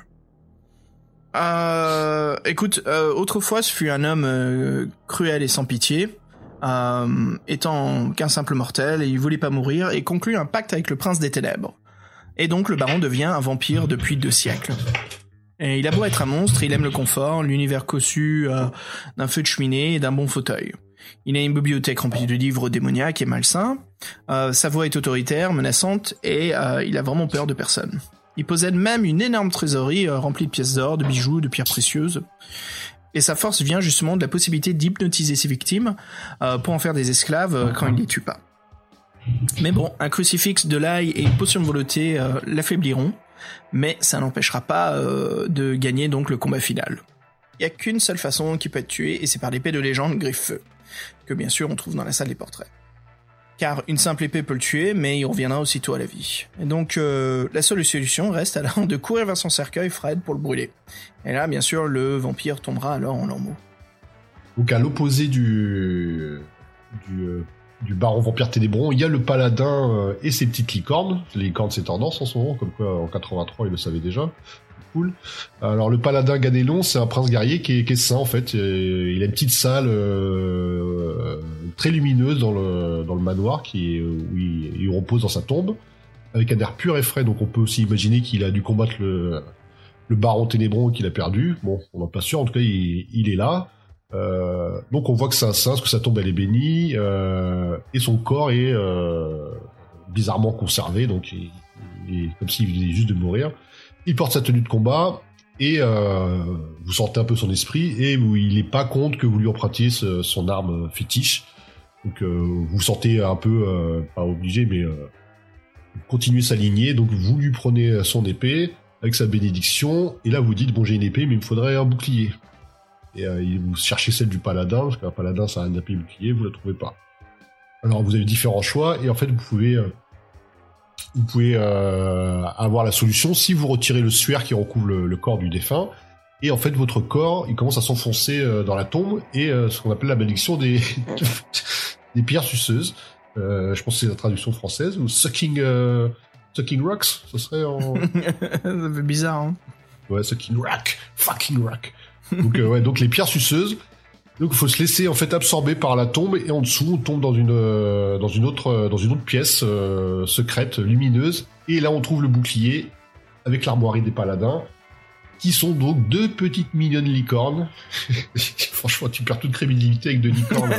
Écoute, autrefois ce fut un homme cruel et sans pitié, étant qu'un simple mortel, et il voulait pas mourir, et conclut un pacte avec le prince des ténèbres. Et donc le baron devient un vampire depuis 2 siècles. Et il a beau être un monstre, il aime le confort, l'univers cossu d'un feu de cheminée et d'un bon fauteuil. Il a une bibliothèque remplie de livres démoniaques et malsains, sa voix est autoritaire, menaçante, et il a vraiment peur de personne. Il possède même une énorme trésorerie remplie de pièces d'or, de bijoux, de pierres précieuses. Et sa force vient justement de la possibilité d'hypnotiser ses victimes pour en faire des esclaves quand il les tue pas. Mais bon, un crucifix, de l'ail et une potion de volonté l'affaibliront, mais ça n'empêchera pas de gagner donc le combat final. Il y a qu'une seule façon qui peut être tué, et c'est par l'épée de légende Griffe-Feu, que bien sûr on trouve dans la salle des portraits. Car une simple épée peut le tuer, mais il reviendra aussitôt à la vie. Et donc la seule solution reste alors de courir vers son cercueil, Fred, pour le brûler. Et là, bien sûr, le vampire tombera alors en lambeaux. Donc à l'opposé du baron vampire ténébron, il y a le paladin et ses petites licornes. Les licornes, c'est tendance en ce moment, comme quoi en 83, il le savait déjà. Cool. Alors le paladin Ganelon, c'est un prince guerrier qui est saint en fait. Il a une petite salle très lumineuse dans le manoir où il repose dans sa tombe, avec un air pur et frais. Donc on peut aussi imaginer qu'il a dû combattre le baron ténébron et qu'il a perdu. Bon, on n'est pas sûr. En tout cas, il est là. Donc on voit que c'est un saint, parce que sa tombe elle est bénie, et son corps est bizarrement conservé. Donc il est comme s'il venait juste de mourir. Il porte sa tenue de combat, et vous sentez un peu son esprit, et il n'est pas contre que vous lui empruntiez son arme fétiche. Donc vous sentez un peu, pas obligé, mais continuer sa lignée. Donc vous lui prenez son épée avec sa bénédiction, et là vous dites, bon, j'ai une épée, mais il me faudrait un bouclier. Et vous cherchez celle du paladin, parce qu'un paladin ça a une épée bouclier, vous la trouvez pas. Alors vous avez différents choix, et en fait vous pouvez avoir la solution si vous retirez le suaire qui recouvre le corps du défunt, et en fait votre corps il commence à s'enfoncer dans la tombe, et ce qu'on appelle la malédiction des pierres suceuses. Je pense que c'est la traduction française, ou sucking rocks, ça serait en... Ça fait bizarre, hein. Ouais, sucking rock, fucking rock. Donc les pierres suceuses. Donc il faut se laisser en fait absorber par la tombe, et en dessous on tombe dans une autre pièce secrète, lumineuse, et là on trouve le bouclier avec l'armoirie des paladins, qui sont donc 2 petites mignonnes licornes. Franchement, tu perds toute crédibilité avec 2 licornes.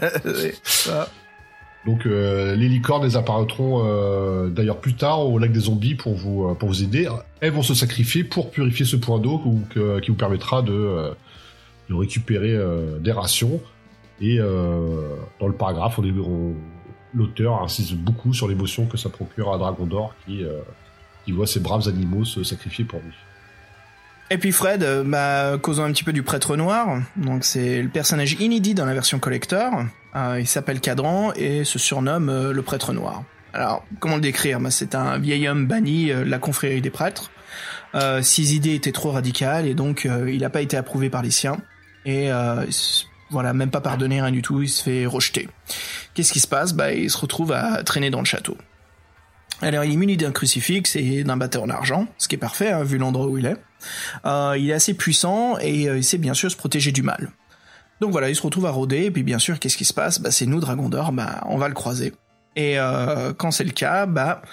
Donc les licornes, elles apparaîtront d'ailleurs plus tard au lac des zombies pour vous aider. Elles vont se sacrifier pour purifier ce point d'eau qui vous permettra de récupérer des rations. Et dans le paragraphe, l'auteur insiste beaucoup sur l'émotion que ça procure à Dragondor qui voit ces braves animaux se sacrifier pour lui. Et puis Fred, causant un petit peu du prêtre noir, donc c'est le personnage inédit dans la version collector, il s'appelle Cadran et se surnomme le prêtre noir. Alors, comment le décrire ? C'est un vieil homme banni de la confrérie des prêtres. Ses idées étaient trop radicales, et donc il n'a pas été approuvé par les siens. Et voilà, même pas pardonné, rien du tout, il se fait rejeter. Qu'est-ce qui se passe ? Il se retrouve à traîner dans le château. Alors il est muni d'un crucifix et d'un bâton en argent, ce qui est parfait, vu l'endroit où il est. Il est assez puissant, et il sait bien sûr se protéger du mal. Donc voilà, il se retrouve à rôder, et puis bien sûr, qu'est-ce qui se passe ? C'est nous, Dragondor, on va le croiser. Et quand c'est le cas,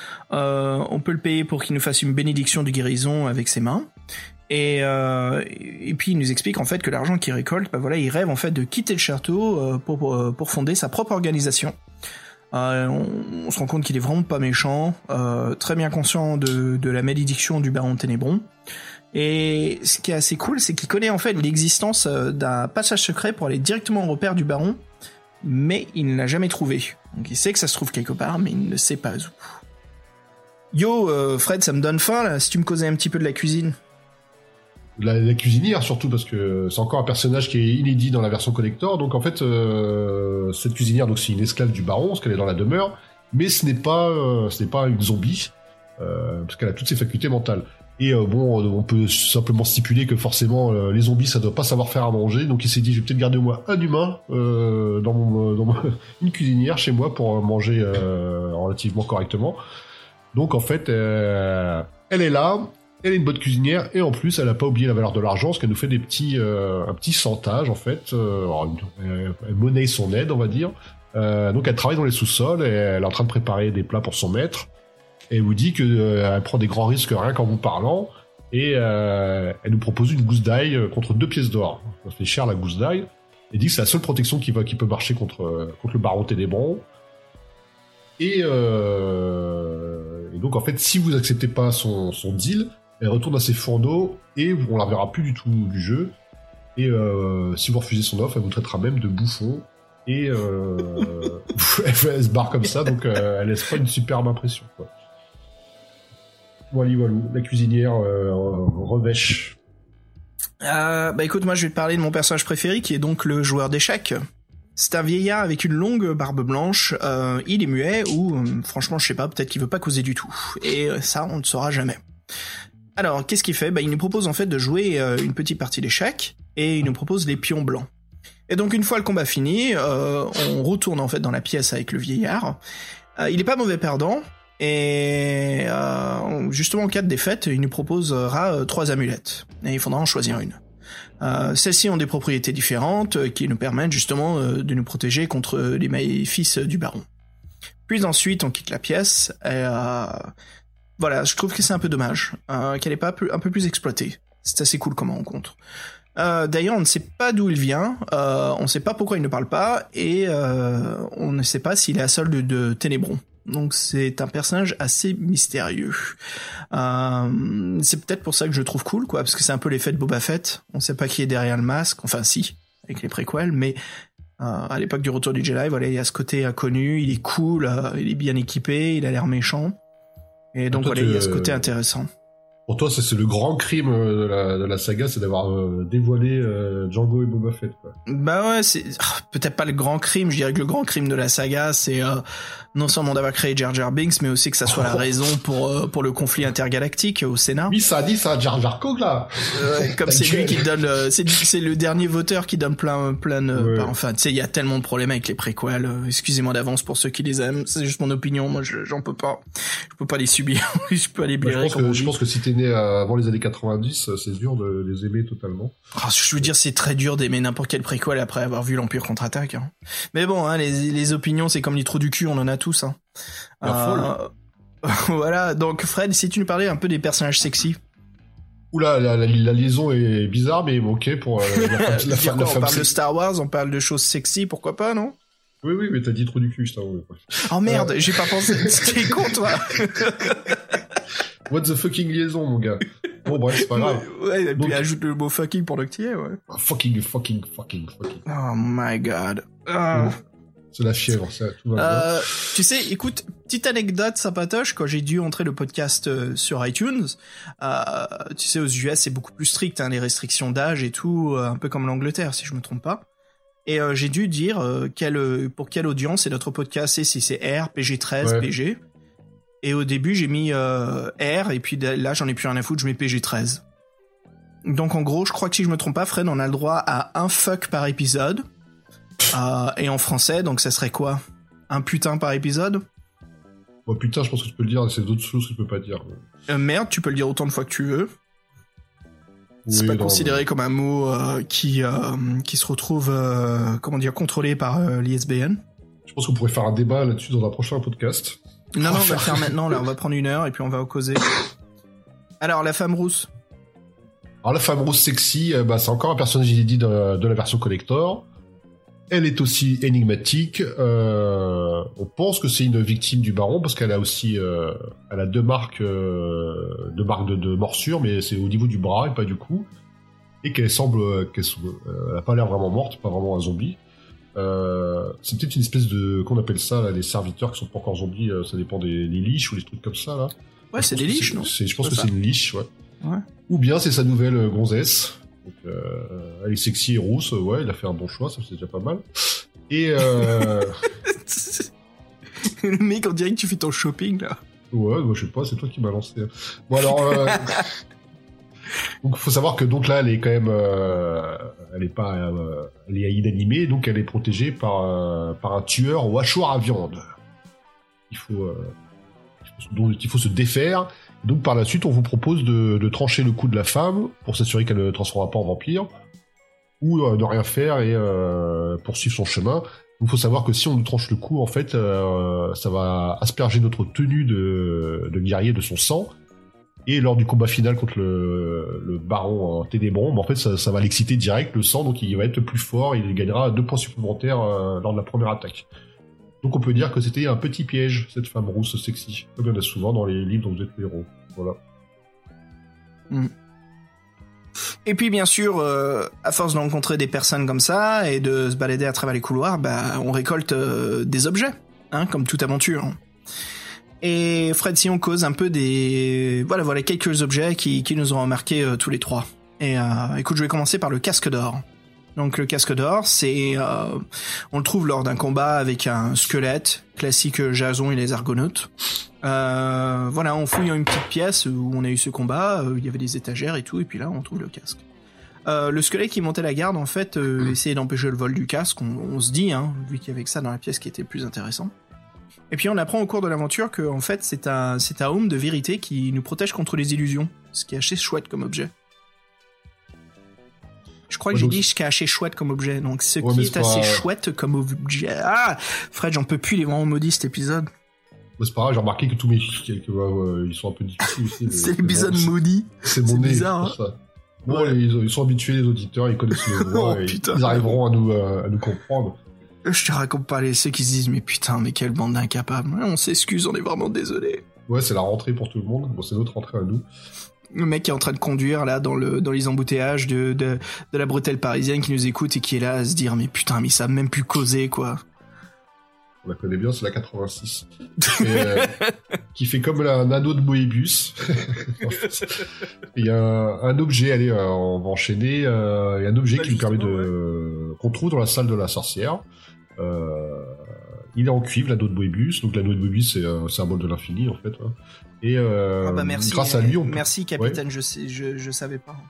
on peut le payer pour qu'il nous fasse une bénédiction de guérison avec ses mains. Et puis il nous explique en fait que l'argent qu'il récolte, il rêve en fait de quitter le château pour fonder sa propre organisation. On se rend compte qu'il est vraiment pas méchant, très bien conscient de la malédiction du baron Ténébron. Et ce qui est assez cool, c'est qu'il connaît en fait l'existence d'un passage secret pour aller directement au repère du baron, mais il ne l'a jamais trouvé. Donc il sait que ça se trouve quelque part, mais il ne sait pas où. Yo, Fred, ça me donne faim là, si tu me causais un petit peu de la cuisine. La cuisinière surtout, parce que c'est encore un personnage qui est inédit dans la version collector. Donc en fait, cette cuisinière, donc c'est une esclave du baron, parce qu'elle est dans la demeure, mais ce n'est pas une zombie, parce qu'elle a toutes ses facultés mentales. Et on peut simplement stipuler que forcément les zombies ça doit pas savoir faire à manger, donc il s'est dit je vais peut-être garder moi un humain dans une cuisinière chez moi pour manger relativement correctement. Donc en fait elle est là, Elle est une bonne cuisinière et en plus elle a pas oublié la valeur de l'argent parce qu'elle nous fait un petit chantage en fait. Elle monnaie son aide on va dire. Donc elle travaille dans les sous-sols et elle est en train de préparer des plats pour son maître et elle vous dit qu'elle prend des grands risques rien qu'en vous parlant et elle nous propose une gousse d'ail contre 2 pièces d'or. Ça fait cher la gousse d'ail. Elle dit que c'est la seule protection qui peut marcher contre le baron Ténébron. Et donc en fait si vous acceptez pas son deal, elle retourne à ses fourneaux et on la verra plus du tout du jeu. Et si vous refusez son offre, elle vous traitera même de bouffon. Et elle se barre comme ça, donc elle laisse pas une superbe impression. Quoi. Walou, la cuisinière revêche. Écoute, moi je vais te parler de mon personnage préféré qui est donc le joueur d'échecs. C'est un vieillard avec une longue barbe blanche, il est muet ou franchement je sais pas, peut-être qu'il veut pas causer du tout. Et ça on ne saura jamais. Alors, qu'est-ce qu'il fait ? Il nous propose en fait de jouer une petite partie d'échecs, et il nous propose les pions blancs. Et donc une fois le combat fini, on retourne en fait dans la pièce avec le vieillard. Il est pas mauvais perdant, et justement en cas de défaite, il nous proposera 3 amulettes, et il faudra en choisir une. Celles-ci ont des propriétés différentes qui nous permettent justement de nous protéger contre les maléfices du baron. Puis ensuite, on quitte la pièce, et voilà, je trouve que c'est un peu dommage qu'elle ait pas un peu plus exploitée. C'est assez cool comme rencontre. D'ailleurs, on ne sait pas d'où il vient, on ne sait pas pourquoi il ne parle pas, et on ne sait pas s'il est à solde de Ténébron. Donc c'est un personnage assez mystérieux. C'est peut-être pour ça que je le trouve cool, quoi, parce que c'est un peu l'effet de Boba Fett. On ne sait pas qui est derrière le masque, enfin si, avec les préquels, mais à l'époque du Retour du Jedi, voilà, il y a ce côté inconnu, il est cool, il est bien équipé, il a l'air méchant. Et donc voilà, il y a ce côté intéressant. Pour toi, ça c'est le grand crime de la saga, c'est d'avoir dévoilé Django et Boba Fett, quoi. Bah ouais, c'est peut-être pas le grand crime, je dirais que le grand crime de la saga, c'est non seulement d'avoir créé Jar Jar Binks, mais aussi que ça soit la raison pour le conflit intergalactique au Sénat. Oui, ça a dit ça, Jar Jar Cook, là. Comme c'est lui qui donne, c'est le dernier voteur qui donne plein ouais. Enfin, tu sais, il y a tellement de problèmes avec les préquels. Excusez-moi d'avance pour ceux qui les aiment. C'est juste mon opinion. Moi, j'en peux pas. Je peux pas les subir. Je peux pas les blairer. Je pense que si t'es né avant les années 90, c'est dur de les aimer totalement. Oh, je veux dire, c'est très dur d'aimer n'importe quel préquel après avoir vu l'Empire contre-attaque. Hein. Mais bon, hein, les opinions, c'est comme les trous du cul, on en a tous. Hein. Voilà, donc Fred, si tu nous parlais un peu des personnages sexy. Oula, la liaison est bizarre, mais ok, pour la femme. On parle de Star Wars, on parle de choses sexy, pourquoi pas, non ? Oui, mais t'as dit trou du cul, Star Wars. Oh merde, j'ai pas pensé. T'es con, toi. What the fucking liaison, mon gars. Bon, bref, c'est pas grave. Ouais, et puis ajoute le mot fucking pour le que t'y es, ouais. Fucking. Oh my god. C'est la fièvre, ça, tout va bien. Tu sais, écoute, petite anecdote sympatoche, quand j'ai dû entrer le podcast sur iTunes, tu sais, aux US, c'est beaucoup plus strict, hein, les restrictions d'âge et tout, un peu comme l'Angleterre, si je me trompe pas. Et j'ai dû dire pour quelle audience est notre podcast, si c'est R, PG-13, ouais. PG. Et au début, j'ai mis R, et puis là, j'en ai plus rien à foutre, je mets PG-13. Donc en gros, je crois que si je me trompe pas, Fred, on a le droit à un fuck par épisode. Et en français, donc ça serait quoi ? Un putain par épisode ? Bon, putain, je pense que tu peux le dire, c'est d'autres choses que je peux pas dire. Merde, tu peux le dire autant de fois que tu veux. C'est pas considéré comme un mot qui se retrouve contrôlé par l'ISBN. Je pense qu'on pourrait faire un débat là-dessus dans un prochain podcast. Non, on va le faire maintenant, là, on va prendre 1 heure et puis on va causer. Alors, la femme rousse. Alors, la femme rousse sexy, c'est encore un personnage inédit de la version collector. Elle est aussi énigmatique. On pense que c'est une victime du baron parce qu'elle a aussi, elle a 2 marques de morsure, mais c'est au niveau du bras et pas du cou, et qu'elle semble, elle a pas l'air vraiment morte, pas vraiment un zombie. C'est peut-être une espèce de, qu'on appelle ça là, les serviteurs qui sont pas encore zombies, ça dépend des liches ou les trucs comme ça là. Ouais, c'est des liches, non ? Je pense que c'est une liche, ouais. Ou bien c'est sa nouvelle gonzesse. Donc, elle est sexy et rousse, ouais, il a fait un bon choix, ça c'est déjà pas mal. Et le mec, on dirait que tu fais ton shopping là. Ouais, je sais pas, c'est toi qui m'as lancé. Bon alors, donc faut savoir que donc là, elle est quand même, elle est inanimée, donc elle est protégée par un tueur au hachoir à viande. Dont il faut se défaire. Donc par la suite, on vous propose de trancher le cou de la femme pour s'assurer qu'elle ne transformera pas en vampire, ou de rien faire et poursuivre son chemin. Il faut savoir que si on nous tranche le cou, en fait, ça va asperger notre tenue de guerrier de son sang. Et lors du combat final contre le baron Ténébron, en fait, ça va l'exciter direct, le sang, donc il va être plus fort, il gagnera 2 points supplémentaires lors de la première attaque. Donc on peut dire que c'était un petit piège, cette femme rousse sexy, comme il y en a souvent dans les livres dont vous êtes le héros. Voilà. Et puis bien sûr, à force de rencontrer des personnes comme ça et de se balader à travers les couloirs, on récolte des objets, hein, comme toute aventure. Et Fred, si on cause un peu voilà quelques objets qui nous ont remarqué tous les trois. Et écoute, je vais commencer par le casque d'or. Donc le casque d'or, on le trouve lors d'un combat avec un squelette, classique Jason et les Argonautes. Voilà, on fouille une petite pièce où on a eu ce combat, il y avait des étagères et tout, et puis là on trouve le casque. Le squelette qui montait la garde, en fait, essayait d'empêcher le vol du casque, on se dit, hein, vu qu'il y avait que ça dans la pièce qui était le plus intéressant. Et puis on apprend au cours de l'aventure que en fait c'est un home de vérité qui nous protège contre les illusions, ce qui est assez chouette comme objet. Je crois que j'ai dit ce qui est assez chouette comme objet, donc ce qui est assez chouette comme objet. Ah, Fred, j'en peux plus, il est vraiment maudit cet épisode. C'est pas grave, j'ai remarqué que tous mes ils sont un peu difficiles aussi. C'est l'épisode maudit. C'est mon nez, bizarre. pour ça. Bon, ouais. ils sont habitués, les auditeurs, ils connaissent les voix, oh, ils arriveront à nous comprendre. Je te raconte pas ceux qui se disent mais putain, mais quelle bande d'incapables. On s'excuse, on est vraiment désolé. Ouais, c'est la rentrée pour tout le monde. Bon, c'est notre rentrée à nous. Le mec qui est en train de conduire là dans les embouteillages de la bretelle parisienne qui nous écoute et qui est là à se dire mais putain, mais ils savent même plus causer quoi. On la connaît bien, c'est la 86. Qui fait comme un anneau de Moebius. Il y a un objet, allez, on va enchaîner. Il y a un objet qui nous permet qu'on trouve dans la salle de la sorcière. Il est en cuivre, l'anneau de Moebius. Donc l'anneau de Moebius, c'est un symbole de l'infini en fait. Hein. Et merci, grâce à lui, merci capitaine, ouais. je savais pas.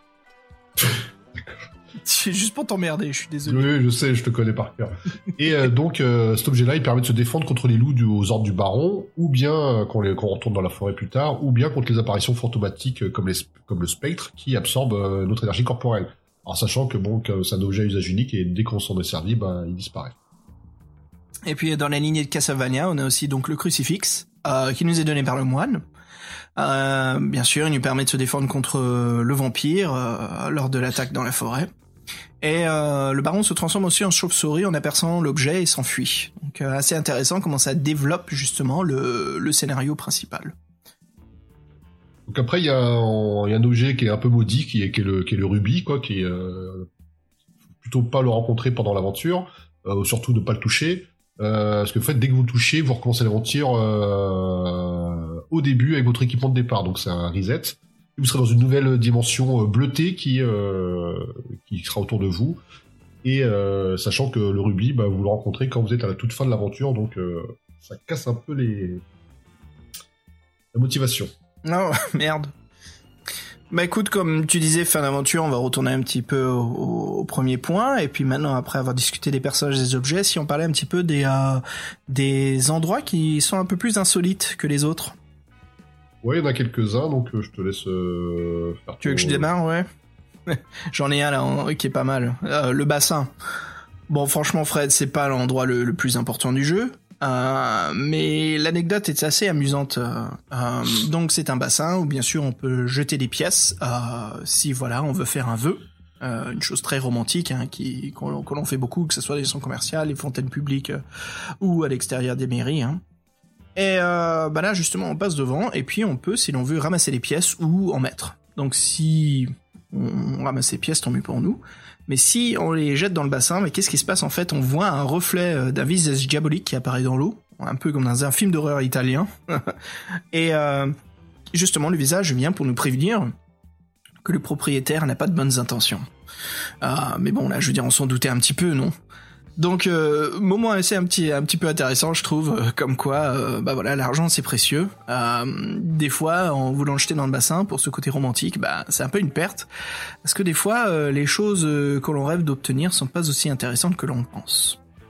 C'est juste pour t'emmerder, je suis désolé. Oui, je sais, je te connais par cœur. Et donc, cet objet-là, il permet de se défendre contre les loups aux ordres du baron, ou bien quand on retourne dans la forêt plus tard, ou bien contre les apparitions fantomatiques comme le spectre qui absorbe notre énergie corporelle. Alors sachant que c'est un objet à usage unique et dès qu'on s'en est servi, il disparaît. Et puis dans la lignée de Castlevania, on a aussi donc le crucifix qui nous est donné par le moine. Bien sûr, il nous permet de se défendre contre le vampire lors de l'attaque dans la forêt. Et le baron se transforme aussi en chauve-souris en apercevant l'objet et s'enfuit. Donc assez intéressant comment ça développe justement le scénario principal. Donc après il y a un objet qui est un peu maudit qui est le rubis quoi, qui est plutôt pas le rencontrer pendant l'aventure, surtout ne pas le toucher. Parce que en fait, dès que vous le touchez, vous recommencez l'aventure au début avec votre équipement de départ. Donc c'est un reset. Vous serez dans une nouvelle dimension bleutée qui sera autour de vous. Et sachant que le rubis, vous le rencontrez quand vous êtes à la toute fin de l'aventure. Donc ça casse un peu la motivation. Non, merde. Écoute, comme tu disais, fin d'aventure, on va retourner un petit peu au premier point, et puis maintenant, après avoir discuté des personnages et des objets, si on parlait un petit peu des endroits qui sont un peu plus insolites que les autres. Ouais, il y en a quelques-uns, donc je te laisse faire. Tu veux que je démarre, ouais. J'en ai un là, qui est pas mal. Le bassin. Bon, franchement, Fred, c'est pas l'endroit le plus important du jeu. Mais l'anecdote est assez amusante. Donc c'est un bassin où bien sûr on peut jeter des pièces si voilà on veut faire un vœu, une chose très romantique hein, qu'on fait beaucoup, que ce soit dans les centres commerciaux, les fontaines publiques ou à l'extérieur des mairies. Hein. Et là justement on passe devant et puis on peut si l'on veut ramasser les pièces ou en mettre. Donc si on ramasse les pièces, tant mieux pour nous. Mais si on les jette dans le bassin, mais qu'est-ce qui se passe en fait? On voit un reflet d'un visage diabolique qui apparaît dans l'eau, un peu comme dans un film d'horreur italien. Et justement, le visage vient pour nous prévenir que le propriétaire n'a pas de bonnes intentions. Mais bon, là, je veux dire, on s'en doutait un petit peu, non? Donc, moment assez un petit peu intéressant, je trouve, comme quoi, voilà, l'argent c'est précieux. Des fois, en voulant le jeter dans le bassin pour ce côté romantique, c'est un peu une perte, parce que des fois, les choses que l'on rêve d'obtenir sont pas aussi intéressantes que l'on pense.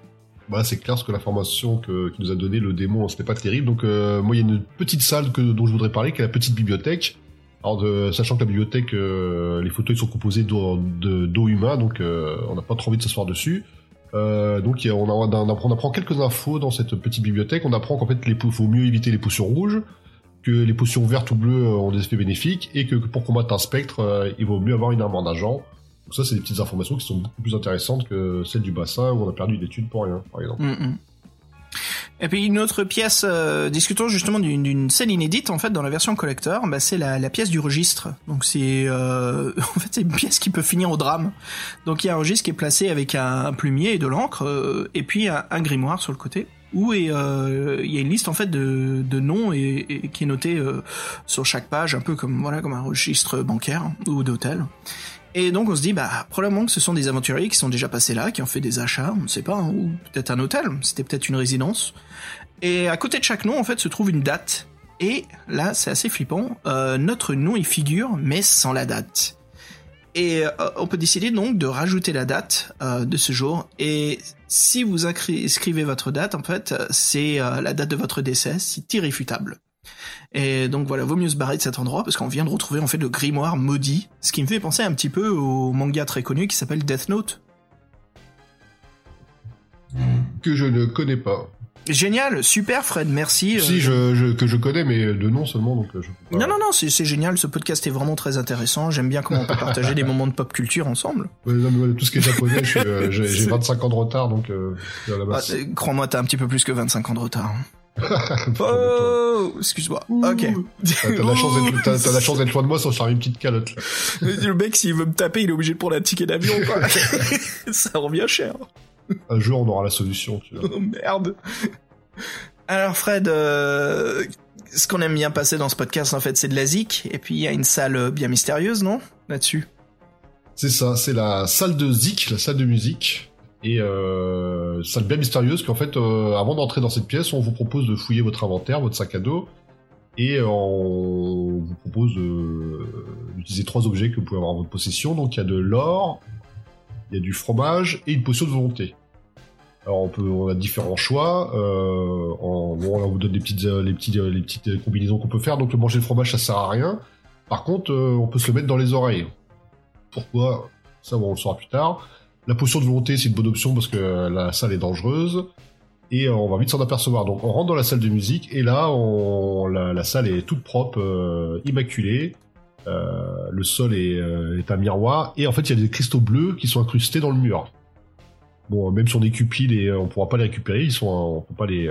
Bah, c'est clair, parce que l'information qu'il nous a donnée, le démon, c'était pas terrible. Donc, moi, il y a une petite salle dont je voudrais parler, qui est la petite bibliothèque. Alors, sachant que la bibliothèque, les fauteuils sont composés d'eau humain, donc on n'a pas trop envie de s'asseoir dessus. Donc, on apprend quelques infos dans cette petite bibliothèque. On apprend qu'en fait, faut mieux éviter les potions rouges, que les potions vertes ou bleues ont des effets bénéfiques, et que pour combattre un spectre, il vaut mieux avoir une arme d'argent. Donc ça, c'est des petites informations qui sont beaucoup plus intéressantes que celles du bassin où on a perdu des thunes pour rien, par exemple. Et puis une autre pièce, discutons justement d'une scène inédite en fait dans la version collector, bah, c'est la pièce du registre. Donc c'est en fait c'est une pièce qui peut finir au drame. Donc il y a un registre qui est placé avec un plumier et de l'encre, et puis un grimoire sur le côté où il y a une liste en fait de noms et qui est notée sur chaque page, un peu comme un registre bancaire ou d'hôtel. Et donc on se dit, bah probablement que ce sont des aventuriers qui sont déjà passés là, qui ont fait des achats, on ne sait pas, hein, ou peut-être un hôtel, c'était peut-être une résidence. Et à côté de chaque nom, en fait, se trouve une date. Et là, c'est assez flippant, notre nom y figure, mais sans la date. Et on peut décider donc de rajouter la date de ce jour. Et si vous inscrivez votre date, en fait, c'est la date de votre décès, c'est irréfutable. Et donc voilà, vaut mieux se barrer de cet endroit parce qu'on vient de retrouver en fait le grimoire maudit, ce qui me fait penser un petit peu au manga très connu qui s'appelle Death Note. Que je ne connais pas. Génial, super Fred, merci. Si, que je connais, mais de nom seulement, donc je peux pas... Non, c'est génial, ce podcast est vraiment très intéressant, j'aime bien comment on peut partager des moments de pop culture ensemble. Ouais, non, mais tout ce qui est japonais, j'ai 25 ans de retard, donc crois-moi, t'as un petit peu plus que 25 ans de retard. Oh, excuse-moi. Ok. T'as la chance d'être loin de moi sans charmer une petite calotte. Là. Le mec, s'il veut me taper, il est obligé de prendre un ticket d'avion, quoi. Ça revient cher. Un jour, on aura la solution, tu vois. Oh merde. Alors Fred, ce qu'on aime bien passer dans ce podcast, en fait, c'est de la zik. Et puis il y a une salle bien mystérieuse, non ? Là-dessus. C'est ça, c'est la salle de zik, la salle de musique. Et salle bien mystérieuse qu'en fait, avant d'entrer dans cette pièce, on vous propose de fouiller votre inventaire, votre sac à dos, et on vous propose d'utiliser 3 objets que vous pouvez avoir en votre possession. Donc il y a de l'or, il y a du fromage et une potion de volonté. Alors on a différents choix. On vous donne les petites combinaisons qu'on peut faire. Donc le manger le fromage, ça sert à rien. Par contre, on peut se le mettre dans les oreilles. Pourquoi ? Ça, on le saura plus tard. La potion de volonté, c'est une bonne option parce que la salle est dangereuse et on va vite s'en apercevoir. Donc on rentre dans la salle de musique et là, la salle est toute propre, immaculée. Le sol est un miroir et en fait, il y a des cristaux bleus qui sont incrustés dans le mur. Bon, même si on est cupide et on pourra pas les récupérer, on peut pas les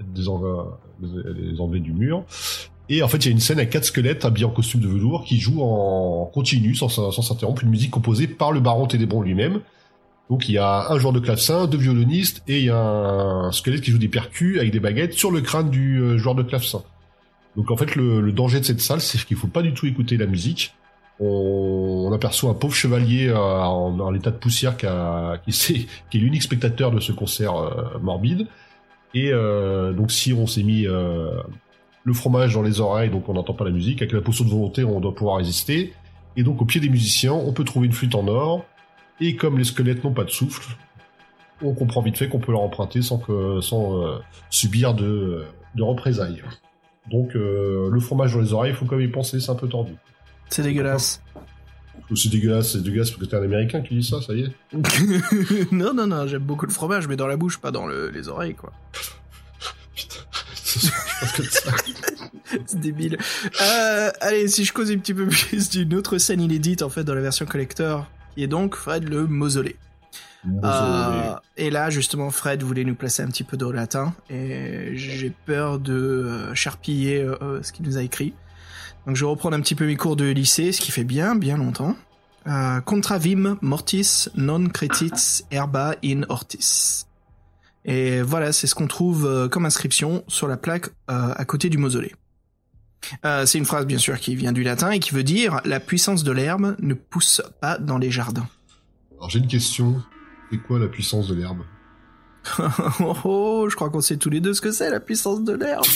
enlever du mur. Et en fait, il y a une scène avec 4 squelettes habillés en costume de velours qui jouent en continu, sans s'interrompre, une musique composée par le baron Ténébron lui-même. Donc il y a un joueur de clavecin, 2 violonistes, et il y a un squelette qui joue des percus avec des baguettes sur le crâne du joueur de clavecin. Donc en fait le danger de cette salle, c'est qu'il faut pas du tout écouter la musique. On aperçoit un pauvre chevalier en l'état de poussière qui est l'unique spectateur de ce concert morbide. Et donc si on s'est mis le fromage dans les oreilles, donc on n'entend pas la musique, avec la potion de volonté, on doit pouvoir résister. Et donc au pied des musiciens, on peut trouver une flûte en or. Et comme les squelettes n'ont pas de souffle, on comprend vite fait qu'on peut leur emprunter sans subir de représailles. Donc le fromage dans les oreilles, il faut quand même y penser, c'est un peu tordu. C'est dégueulasse. C'est dégueulasse parce que t'es un Américain qui dit ça y est. Non, j'aime beaucoup le fromage, mais dans la bouche, pas dans les oreilles, quoi. Putain, je pense que ça... C'est débile. Allez, si je cause un petit peu plus d'une autre scène inédite, en fait, dans la version collector, qui est donc Fred le mausolée. Et là, justement, Fred voulait nous placer un petit peu de latin, et j'ai peur de charpiller ce qu'il nous a écrit. Donc je vais reprendre un petit peu mes cours de lycée, ce qui fait bien longtemps. Contra vim mortis non cretis herba in ortis. Et voilà, c'est ce qu'on trouve comme inscription sur la plaque à côté du mausolée. C'est une phrase bien sûr qui vient du latin et qui veut dire « La puissance de l'herbe ne pousse pas dans les jardins ». Alors j'ai une question, c'est quoi la puissance de l'herbe ? Oh, je crois qu'on sait tous les deux ce que c'est la puissance de l'herbe.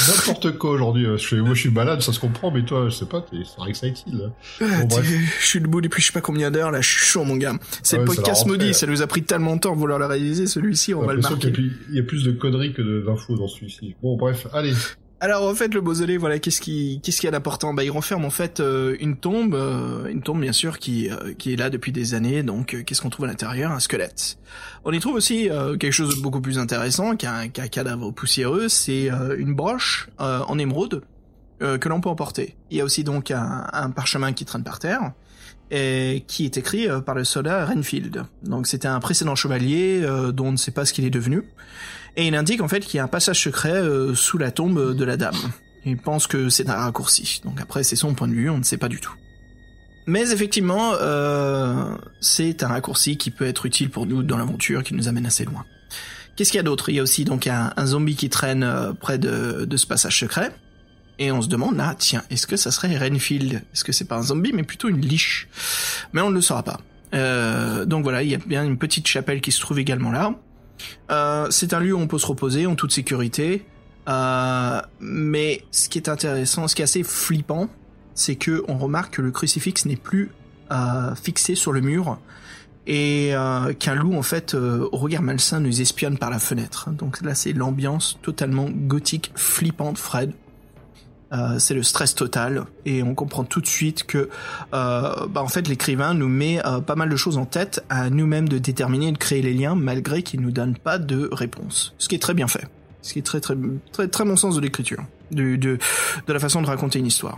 N'importe quoi aujourd'hui. Moi, je suis malade, ça se comprend, mais toi, je sais pas, t'es excited, là. Bon, bref. Je suis debout depuis je sais pas combien d'heures, là, je suis chaud, mon gars. C'est le podcast maudit, ça nous a pris tellement de temps de vouloir le réaliser, celui-ci, on va le marquer. Il y a plus de conneries que d'infos dans celui-ci. Bon, bref, allez. Alors en fait le mausolée, voilà, qu'est-ce qu'il y a d'important ? Il renferme en fait une tombe bien sûr qui est là depuis des années. Donc qu'est-ce qu'on trouve à l'intérieur ? Un squelette. On y trouve aussi quelque chose de beaucoup plus intéressant qu'un cadavre poussiéreux, c'est une broche en émeraude que l'on peut emporter. Il y a aussi donc un parchemin qui traîne par terre et qui est écrit par le soldat Renfield. Donc c'était un précédent chevalier dont on ne sait pas ce qu'il est devenu. Et il indique en fait qu'il y a un passage secret sous la tombe de la dame. Il pense que c'est un raccourci. Donc après c'est son point de vue, on ne sait pas du tout. Mais effectivement, c'est un raccourci qui peut être utile pour nous dans l'aventure, qui nous amène assez loin. Qu'est-ce qu'il y a d'autre ? Il y a aussi donc un zombie qui traîne près de ce passage secret. Et on se demande, tiens, est-ce que ça serait Renfield ? Est-ce que c'est pas un zombie, mais plutôt une liche ? Mais on ne le saura pas. Donc voilà, il y a bien une petite chapelle qui se trouve également là. C'est un lieu où on peut se reposer en toute sécurité, mais ce qui est intéressant, ce qui est assez flippant, c'est que on remarque que le crucifix n'est plus fixé sur le mur et qu'un loup en fait au regard malsain nous espionne par la fenêtre. Donc là c'est l'ambiance totalement gothique, flippante, Fred. C'est le stress total et on comprend tout de suite que en fait l'écrivain nous met pas mal de choses en tête, à nous-mêmes de déterminer et de créer les liens malgré qu'il nous donne pas de réponse. Ce qui est très bien fait. Ce qui est très très très très bon sens de l'écriture, de la façon de raconter une histoire.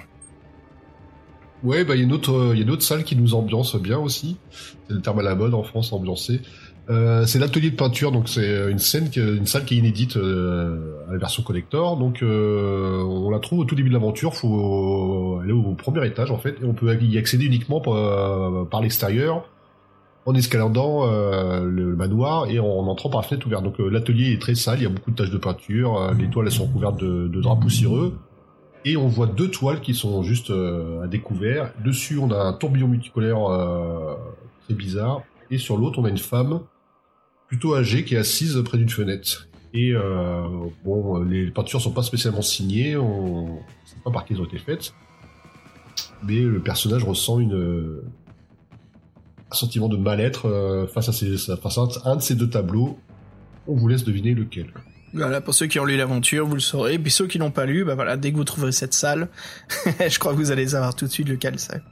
Ouais, il y a une autre salle qui nous ambiance bien aussi. C'est le terme à la mode en France, ambiancé. C'est l'atelier de peinture, donc c'est une salle qui est inédite à la version collector. Donc on la trouve au tout début de l'aventure. Faut aller au premier étage en fait, et on peut y accéder uniquement par l'extérieur, en escaladant le manoir et en entrant par la fenêtre ouverte. Donc l'atelier est très sale, il y a beaucoup de taches de peinture. Les toiles elles sont couvertes de draps poussiéreux. Et on voit 2 toiles qui sont juste à découvert. Dessus, on a un tourbillon multicolore très bizarre. Et sur l'autre, on a une femme plutôt âgée qui est assise près d'une fenêtre. Et les peintures sont pas spécialement signées. On ne sait pas par qui elles ont été faites. Mais le personnage ressent un sentiment de mal-être face à un de ces 2 tableaux. On vous laisse deviner lequel. Voilà, pour ceux qui ont lu l'aventure, vous le saurez. Puis ceux qui l'ont pas lu, dès que vous trouverez cette salle, je crois que vous allez savoir tout de suite lequel c'est.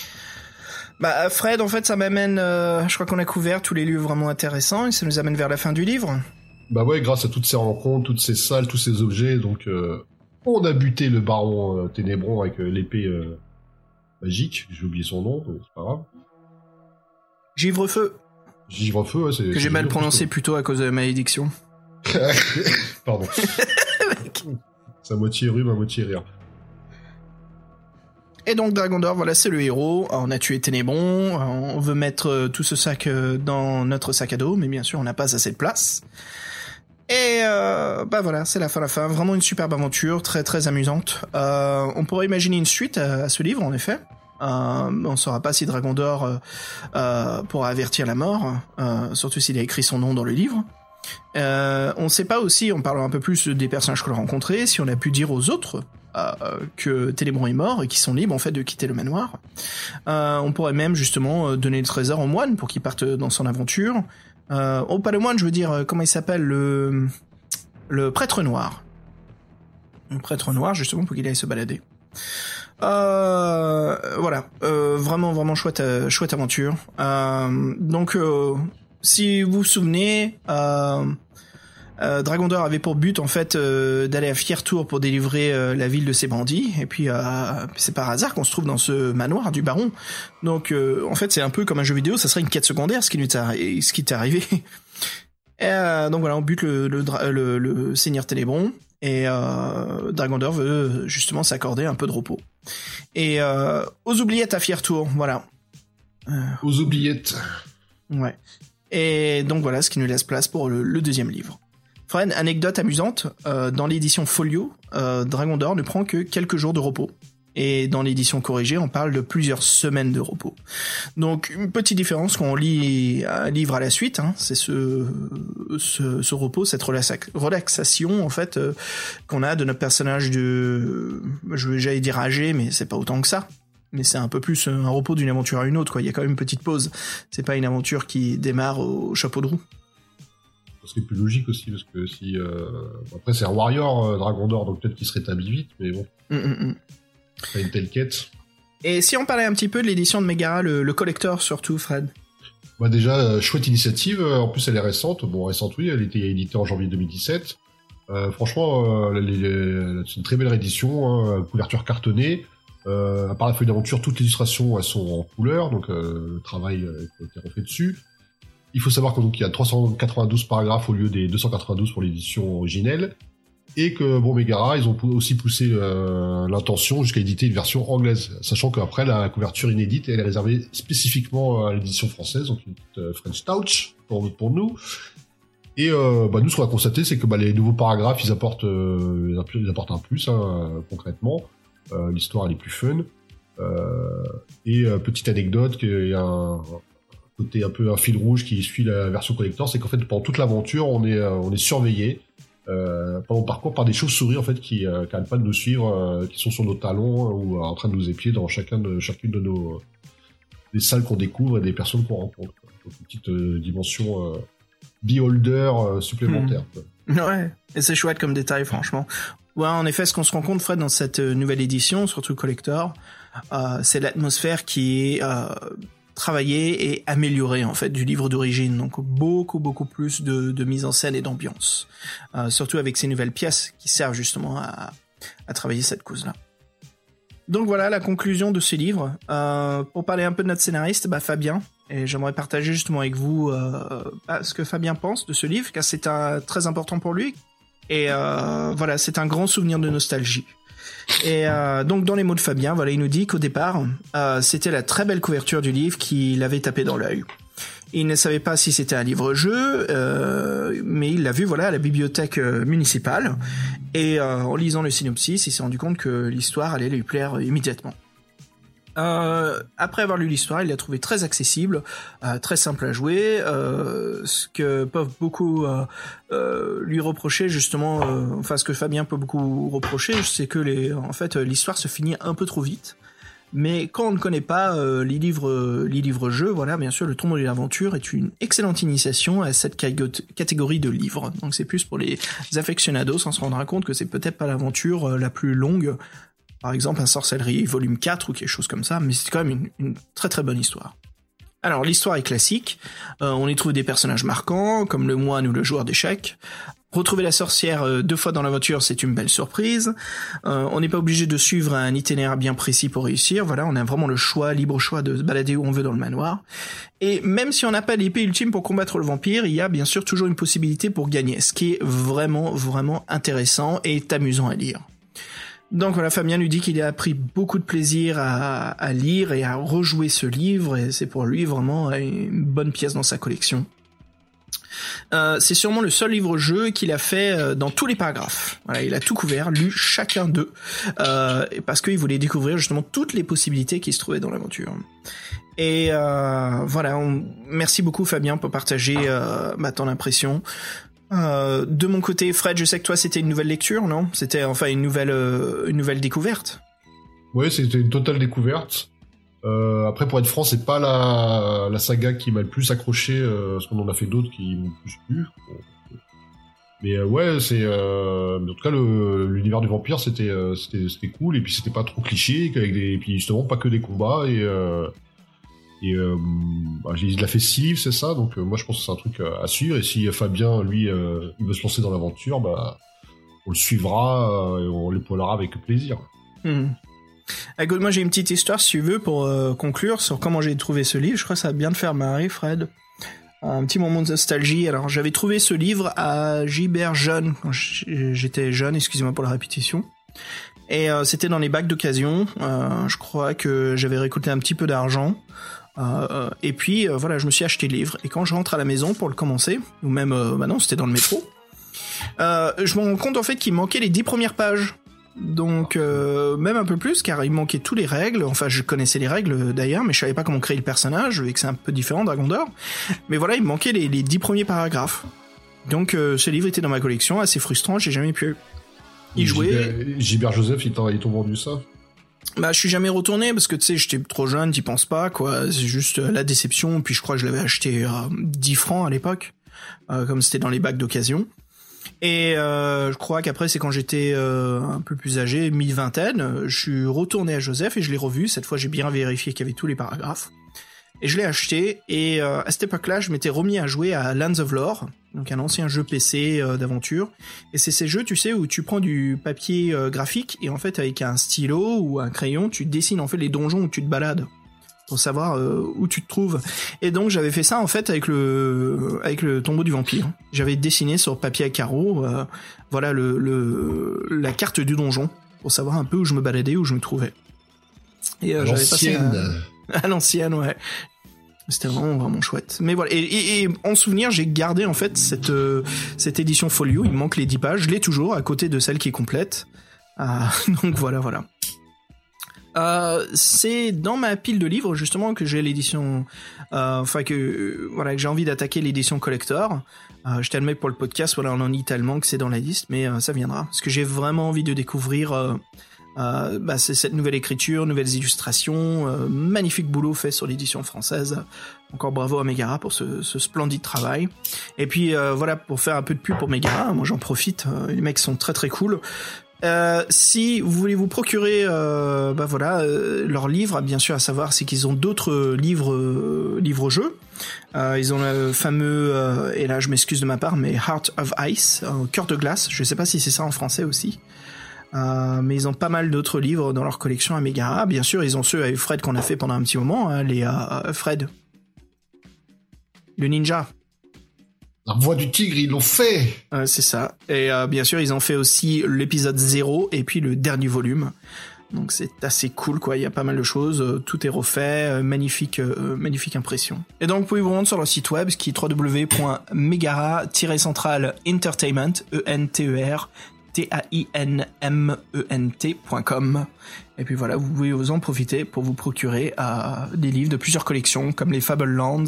Fred, en fait, ça m'amène, je crois qu'on a couvert tous les lieux vraiment intéressants et ça nous amène vers la fin du livre. Ouais, grâce à toutes ces rencontres, toutes ces salles, tous ces objets, donc on a buté le baron Ténébron avec l'épée magique, j'ai oublié son nom, c'est pas grave. Givrefeu, ouais, c'est... Que j'ai mal prononcé plutôt à cause de la malédiction. Pardon. C'est à moitié rhume, à moitié rire. Et donc Dragondor, voilà, c'est le héros. On a tué Ténébron, on veut mettre tout ce sac dans notre sac à dos, mais bien sûr on n'a pas assez de place. Et voilà, c'est la fin. Vraiment une superbe aventure, très très amusante. On pourrait imaginer une suite à ce livre, en effet. On ne saura pas si Dragondor pourra avertir la mort, surtout s'il a écrit son nom dans le livre. On ne sait pas aussi, en parlant un peu plus des personnages qu'on a rencontrés, si on a pu dire aux autres que Ténébron est mort et qu'ils sont libres en fait de quitter le manoir. On pourrait même justement donner le trésor au moine pour qu'il parte dans son aventure. Pas le moine, je veux dire, comment il s'appelle, le prêtre noir. Le prêtre noir justement pour qu'il aille se balader. Voilà, vraiment chouette aventure. Donc si vous vous souvenez, Dragondor avait pour but en fait d'aller à Fiertour pour délivrer la ville de ses bandits, et puis c'est par hasard qu'on se trouve dans ce manoir du baron. Donc en fait c'est un peu comme un jeu vidéo, ça serait une quête secondaire ce qui t'est arrivé. Donc voilà, on bute le seigneur Ténébron, et Dragondor veut justement s'accorder un peu de repos. Et aux oubliettes à Fiertour, voilà. Aux oubliettes. Ouais. Et donc voilà, ce qui nous laisse place pour le deuxième livre. Fred, anecdote amusante, dans l'édition Folio, Dragondor ne prend que quelques jours de repos. Et dans l'édition corrigée, on parle de plusieurs semaines de repos. Donc, une petite différence quand on lit un livre à la suite, hein, c'est ce repos, cette relaxation, en fait, qu'on a de notre personnage j'allais dire âgé, mais c'est pas autant que ça. Mais c'est un peu plus un repos d'une aventure à une autre, quoi. Il y a quand même une petite pause. C'est pas une aventure qui démarre au chapeau de roue. Ce qui est plus logique aussi, parce que si... Après, c'est un warrior, Dragon d'Or, donc peut-être qu'il se rétablit vite, mais bon. Pas une telle quête. Et si on parlait un petit peu de l'édition de Megara, le collector surtout, Fred? Bah déjà, chouette initiative, en plus elle est récente. Bon, récente oui, elle était éditée en janvier 2017. Franchement, c'est une très belle réédition, hein, couverture cartonnée. À part la feuille d'aventure, toutes les illustrations elles sont en couleur, donc le travail a été refait dessus. Il faut savoir qu'il y a 392 paragraphes au lieu des 292 pour l'édition originelle, et que bon, Megara, ils ont aussi poussé l'intention jusqu'à éditer une version anglaise, sachant qu'après la couverture inédite elle est réservée spécifiquement à l'édition française, donc une petite French touch pour nous. Et nous, ce qu'on a constaté, c'est que les nouveaux paragraphes, ils apportent un plus, hein, concrètement. L'histoire elle est plus fun. Et petite anecdote, qu'il y a un côté un peu un fil rouge qui suit la version collector, c'est qu'en fait pendant toute l'aventure on est surveillé pendant le parcours par des chauves-souris en fait qui n'arrêtent pas de nous suivre, qui sont sur nos talons ou en train de nous épier dans chacune de nos des salles qu'on découvre et des personnes qu'on rencontre. Donc une petite dimension beholder supplémentaire. Ouais, et c'est chouette comme détail, franchement. Ouais, en effet, ce qu'on se rend compte, Fred, dans cette nouvelle édition, surtout collector, c'est l'atmosphère qui est travaillée et améliorée en fait du livre d'origine. Donc beaucoup plus de mise en scène et d'ambiance, surtout avec ces nouvelles pièces qui servent justement à travailler cette cause-là. Donc voilà la conclusion de ce livre. Pour parler un peu de notre scénariste, Fabien. Et j'aimerais partager justement avec vous ce que Fabien pense de ce livre, car c'est très important pour lui. Et voilà, c'est un grand souvenir de nostalgie. Et donc dans les mots de Fabien, voilà, il nous dit qu'au départ, c'était la très belle couverture du livre qui l'avait tapé dans l'œil. Il ne savait pas si c'était un livre-jeu, mais il l'a vu à la bibliothèque municipale. Et en lisant le synopsis, il s'est rendu compte que l'histoire allait lui plaire immédiatement. Après avoir lu l'histoire, il l'a trouvé très accessible, très simple à jouer, ce que peuvent beaucoup lui reprocher justement, ce que Fabien peut beaucoup reprocher, c'est que l'histoire se finit un peu trop vite. Mais quand on ne connaît pas les livres-jeux, bien sûr, le Tombeau de l'aventure est une excellente initiation à cette catégorie de livres. Donc c'est plus pour les aficionados, on se rendra compte que c'est peut-être pas l'aventure la plus longue. Par exemple, un Sorcellerie volume 4 ou quelque chose comme ça, mais c'est quand même une très très bonne histoire. Alors, l'histoire est classique, on y trouve des personnages marquants, comme le moine ou le joueur d'échecs. Retrouver la sorcière 2 fois dans l'aventure, c'est une belle surprise. On n'est pas obligé de suivre un itinéraire bien précis pour réussir, on a vraiment le libre choix de se balader où on veut dans le manoir. Et même si on n'a pas l'épée ultime pour combattre le vampire, il y a bien sûr toujours une possibilité pour gagner, ce qui est vraiment, vraiment intéressant et amusant à lire. Donc voilà, Fabien lui dit qu'il a pris beaucoup de plaisir à lire et à rejouer ce livre, et c'est pour lui vraiment une bonne pièce dans sa collection. C'est sûrement le seul livre-jeu qu'il a fait dans tous les paragraphes. Voilà, il a tout couvert, lu chacun d'eux, parce qu'il voulait découvrir justement toutes les possibilités qui se trouvaient dans l'aventure. Et merci beaucoup Fabien pour partager ton impression. De mon côté, Fred, je sais que toi c'était une nouvelle lecture, non? C'était enfin une nouvelle découverte. Oui, c'était une totale découverte. Après, pour être franc, c'est pas la saga qui m'a le plus accroché, parce qu'on en a fait d'autres qui m'ont plus plu. Mais ouais, c'est en tout cas l'univers du vampire, c'était cool, et puis c'était pas trop cliché, et puis justement pas que des combats, il a fait 6 livres, c'est ça, donc moi je pense que c'est un truc à suivre, et si Fabien, lui, il veut se lancer dans l'aventure, on le suivra, et on l'épaulera avec plaisir. Écoute, moi j'ai une petite histoire, si tu veux, pour conclure sur comment j'ai trouvé ce livre. Je crois que ça va bien te faire marrer, Fred. Un petit moment de nostalgie. Alors, j'avais trouvé ce livre à Gibert jeune, quand j'étais jeune, excusez-moi pour la répétition. Et c'était dans les bacs d'occasion. Je crois que j'avais récolté un petit peu d'argent. Et puis, je me suis acheté le livre. Et quand je rentre à la maison pour le commencer, ou même, non, c'était dans le métro, je me rends compte en fait qu'il manquait les 10 premières pages. Donc même un peu plus, car il manquait toutes les règles. Enfin, je connaissais les règles d'ailleurs, mais je savais pas comment créer le personnage, et que c'est un peu différent Dragon d'Or. Mais voilà, il me manquait les 10 premiers paragraphes. Donc ce livre était dans ma collection, assez frustrant, j'ai jamais pu y jouer. Gilbert Joseph, ils t'ont vendu ça? Bah, je suis jamais retourné parce que tu sais, j'étais trop jeune, t'y penses pas, quoi. C'est juste la déception. Puis je crois que je l'avais acheté à 10 francs à l'époque, comme c'était dans les bacs d'occasion. Et je crois qu'après, c'est quand j'étais un peu plus âgé, mi-vingtaine, je suis retourné à Joseph et je l'ai revu. Cette fois, j'ai bien vérifié qu'il y avait tous les paragraphes. Et je l'ai acheté, et à cette époque-là, je m'étais remis à jouer à Lands of Lore, donc un ancien jeu PC d'aventure. Et c'est ces jeux, tu sais, où tu prends du papier graphique, et en fait, avec un stylo ou un crayon, tu dessines en fait les donjons où tu te balades, pour savoir où tu te trouves. Et donc, j'avais fait ça en fait avec le tombeau du vampire. J'avais dessiné sur papier à carreaux, voilà la carte du donjon, pour savoir un peu où je me baladais, où je me trouvais. Et j'avais passé à l'ancienne, ouais. C'était vraiment chouette. Mais voilà. Et en souvenir, j'ai gardé, en fait, cette édition folio. Il me manque les 10 pages. Je l'ai toujours, à côté de celle qui est complète. Donc voilà. C'est dans ma pile de livres, justement, que j'ai l'édition, que j'ai envie d'attaquer l'édition collector. Je t'admets pour le podcast, voilà, on en dit tellement que c'est dans la liste, mais ça viendra. Parce que j'ai vraiment envie de découvrir, c'est cette nouvelle écriture, nouvelles illustrations, magnifique boulot fait sur l'édition française. Encore bravo à Megara pour ce splendide travail. Et puis pour faire un peu de pub pour Megara, moi j'en profite, les mecs sont très très cool. Si vous voulez vous procurer leurs livres, bien sûr, à savoir c'est qu'ils ont d'autres livres-jeux. Ils ont le fameux, et là je m'excuse de ma part, mais Heart of Ice, cœur de glace. Je sais pas si c'est ça en français aussi. Mais ils ont pas mal d'autres livres dans leur collection à Megara. Bien sûr, ils ont ceux avec Fred qu'on a fait pendant un petit moment, hein, les Fred, le ninja. La voix du tigre, ils l'ont fait. C'est ça. Et bien sûr, ils ont fait aussi l'épisode 0 et puis le dernier volume. Donc c'est assez cool, quoi. Il y a pas mal de choses. Tout est refait. Magnifique impression. Et donc, vous pouvez vous rendre sur leur site web, qui est www.megara-central-entertainment, TAINMENT.com. Et puis voilà, vous pouvez vous en profiter pour vous procurer des livres de plusieurs collections, comme les Fablelands,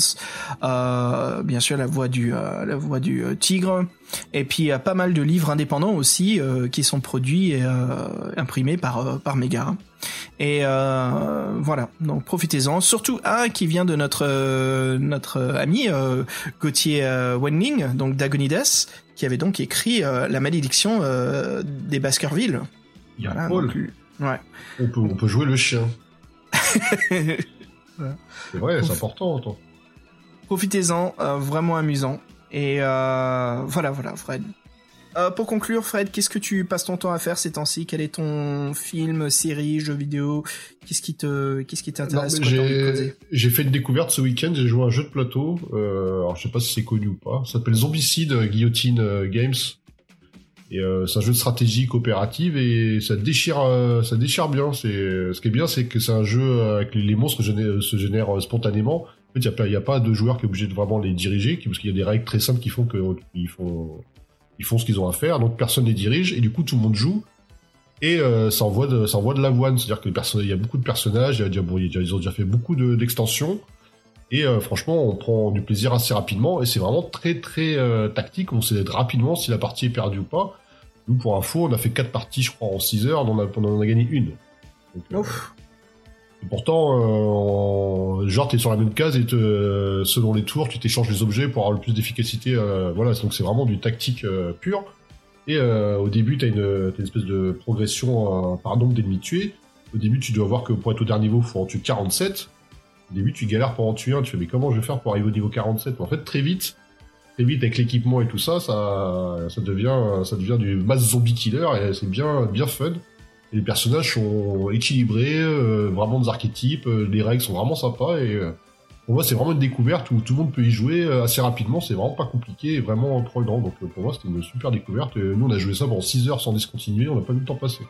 bien sûr la voix du tigre, et puis pas mal de livres indépendants aussi qui sont produits et imprimés par Megara. Et voilà, donc profitez-en. Surtout un qui vient de notre ami Gauthier Wenling, donc d'Agonides, qui avait donc écrit La malédiction des Baskerville. Il y a Paul. Donc, ouais. On peut jouer le chien. Ouais. C'est vrai, c'est important. Attends. Profitez-en, vraiment amusant. Et voilà, Fred. Pour conclure, Fred, qu'est-ce que tu passes ton temps à faire ces temps-ci? Quel est ton film, série, jeu vidéo? Qu'est-ce qui t'intéresse? J'ai fait une découverte ce week-end. J'ai joué à un jeu de plateau. Alors je sais pas si c'est connu ou pas. Ça s'appelle Zombicide Guillotine Games. Et c'est un jeu de stratégie coopérative et ça déchire bien. Ce qui est bien, c'est que c'est un jeu avec les monstres se génèrent spontanément. En fait, il y a pas de joueur qui est obligé de vraiment les diriger, parce qu'il y a des règles très simples qui font qu'ils font ce qu'ils ont à faire, donc personne les dirige, et du coup tout le monde joue, et ça envoie de l'avoine, c'est-à-dire que il y a beaucoup de personnages, ils ont déjà fait beaucoup d'extensions, et franchement on prend du plaisir assez rapidement, et c'est vraiment très très tactique, on sait rapidement si la partie est perdue ou pas. Nous, pour info, on a fait 4 parties je crois en 6 heures, on en a gagné une. Donc, et pourtant, genre t'es sur la même case et selon les tours, tu t'échanges les objets pour avoir le plus d'efficacité. Voilà, donc c'est vraiment du tactique pur. Et au début, t'as une espèce de progression par nombre d'ennemis tués. Au début, tu dois voir que pour être au dernier niveau, il faut en tuer 47. Au début, tu galères pour en tuer un. Tu fais mais comment je vais faire pour arriver au niveau 47 ? En fait, très vite avec l'équipement et tout ça, ça devient du mass zombie killer et c'est bien fun. Et les personnages sont équilibrés, vraiment des archétypes, les règles sont vraiment sympas et pour moi c'est vraiment une découverte où tout le monde peut y jouer assez rapidement, c'est vraiment pas compliqué et vraiment prenant, donc pour moi c'était une super découverte et nous on a joué ça pendant 6 heures sans discontinuer, on n'a pas vu le temps passer.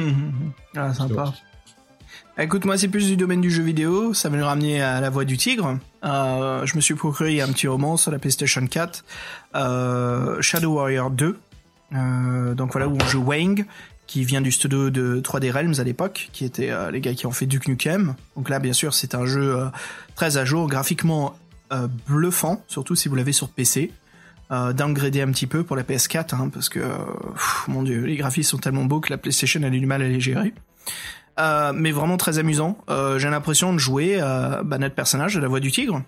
Ah sympa. Écoute, moi c'est plus du domaine du jeu vidéo, ça va nous ramener à La Voix du Tigre. Je me suis procuré un petit roman sur la PlayStation 4, Shadow Warrior 2, donc voilà où on joue Wang. qui vient du studio de 3D Realms à l'époque, qui étaient les gars qui ont fait Duke Nukem. Donc là, bien sûr, c'est un jeu très à jour, graphiquement bluffant, surtout si vous l'avez sur PC. Downgradé un petit peu pour la PS4, hein, parce que mon dieu, les graphismes sont tellement beaux que la PlayStation elle a du mal à les gérer. Mais vraiment très amusant. J'ai l'impression de jouer notre personnage de la Voix du Tigre.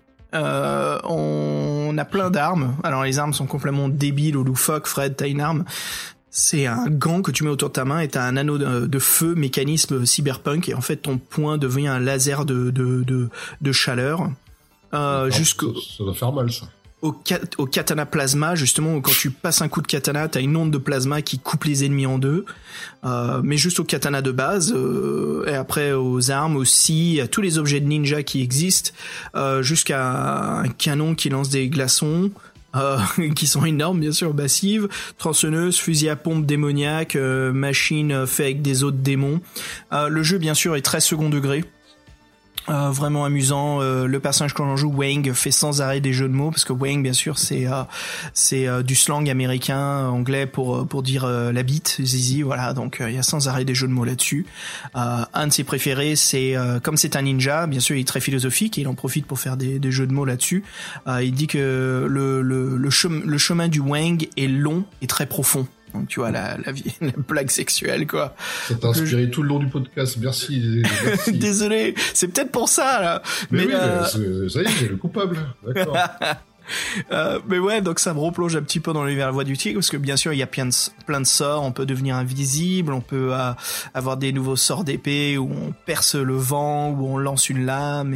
On a plein d'armes. Alors les armes sont complètement débiles ou loufoques. Fred, t'as une arme. C'est un gant que tu mets autour de ta main et t'as un anneau de feu, mécanisme cyberpunk, et en fait ton poing devient un laser de chaleur. Ça doit faire mal, ça. Au katana plasma, justement, où quand tu passes un coup de katana, t'as une onde de plasma qui coupe les ennemis en deux, mais juste au katana de base, et après aux armes aussi, à tous les objets de ninja qui existent, jusqu'à un canon qui lance des glaçons, qui sont énormes, bien sûr, massives, tronçonneuse, fusil à pompe démoniaque, machine fait avec des autres démons. Le jeu, bien sûr, est très second degré. Vraiment amusant. Le personnage qu'on en joue, Wang, fait sans arrêt des jeux de mots, parce que Wang, bien sûr, c'est du slang américain, anglais pour dire la bite, zizi, voilà. Donc il y a sans arrêt des jeux de mots là-dessus. Un de ses préférés, c'est comme c'est un ninja, bien sûr, il est très philosophique et il en profite pour faire des jeux de mots là-dessus. Il dit que le chemin du Wang est long et très profond. Donc tu vois la blague sexuelle, quoi. Ça t'a inspiré tout le long du podcast. Merci. Désolé, c'est peut-être pour ça là. Mais oui, ça y est, j'ai le coupable. D'accord. Mais ouais, donc ça me replonge un petit peu dans l'univers de la Voix du Tigre, parce que bien sûr il y a plein de sorts. On peut devenir invisible, on peut avoir des nouveaux sorts d'épée où on perce le vent, où on lance une lame,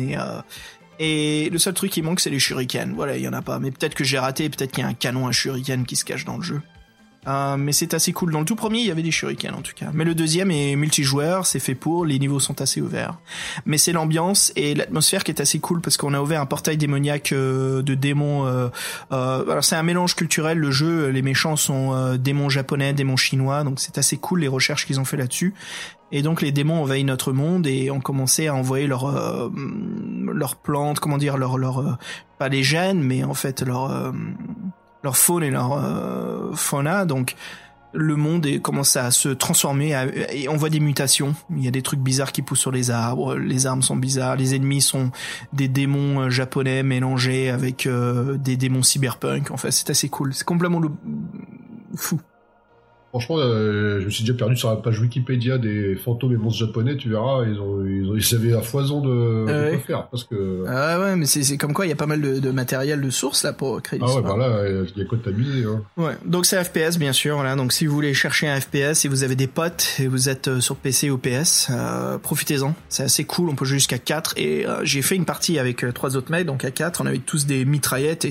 et le seul truc qui manque, c'est les shurikens. Voilà, il y en a pas. Mais peut-être que j'ai raté, peut-être qu'il y a un canon à shuriken qui se cache dans le jeu. Mais c'est assez cool. Dans le tout premier, il y avait des shurikens en tout cas. Mais le deuxième est multijoueur, c'est fait pour, les niveaux sont assez ouverts. Mais c'est l'ambiance et l'atmosphère qui est assez cool, parce qu'on a ouvert un portail démoniaque de démons. Alors c'est un mélange culturel, le jeu. Les méchants sont démons japonais, démons chinois, donc c'est assez cool les recherches qu'ils ont fait là-dessus. Et donc les démons envahissent notre monde et ont commencé à envoyer leurs plantes, comment dire, pas les gènes, mais en fait leur faune et leur fauna. Donc le monde commence à se transformer et on voit des mutations. Il y a des trucs bizarres qui poussent sur les arbres, les armes sont bizarres, les ennemis sont des démons japonais mélangés avec des démons cyberpunk. Enfin, c'est assez cool, c'est complètement fou. Franchement, je me suis déjà perdu sur la page Wikipédia des fantômes et monstres japonais, tu verras, ils avaient à foison de quoi faire, parce que... Ah ouais, mais c'est comme quoi, il y a pas mal de matériel de source, là, pour créer l'histoire. Ah ouais, bah là, il y a quoi de t'amuser, hein. Ouais, donc c'est FPS, bien sûr, voilà, donc si vous voulez chercher un FPS, si vous avez des potes, et vous êtes sur PC ou PS, profitez-en, c'est assez cool, on peut jouer jusqu'à 4, et j'ai fait une partie avec 3 autres mecs, donc à 4, on avait tous des mitraillettes, et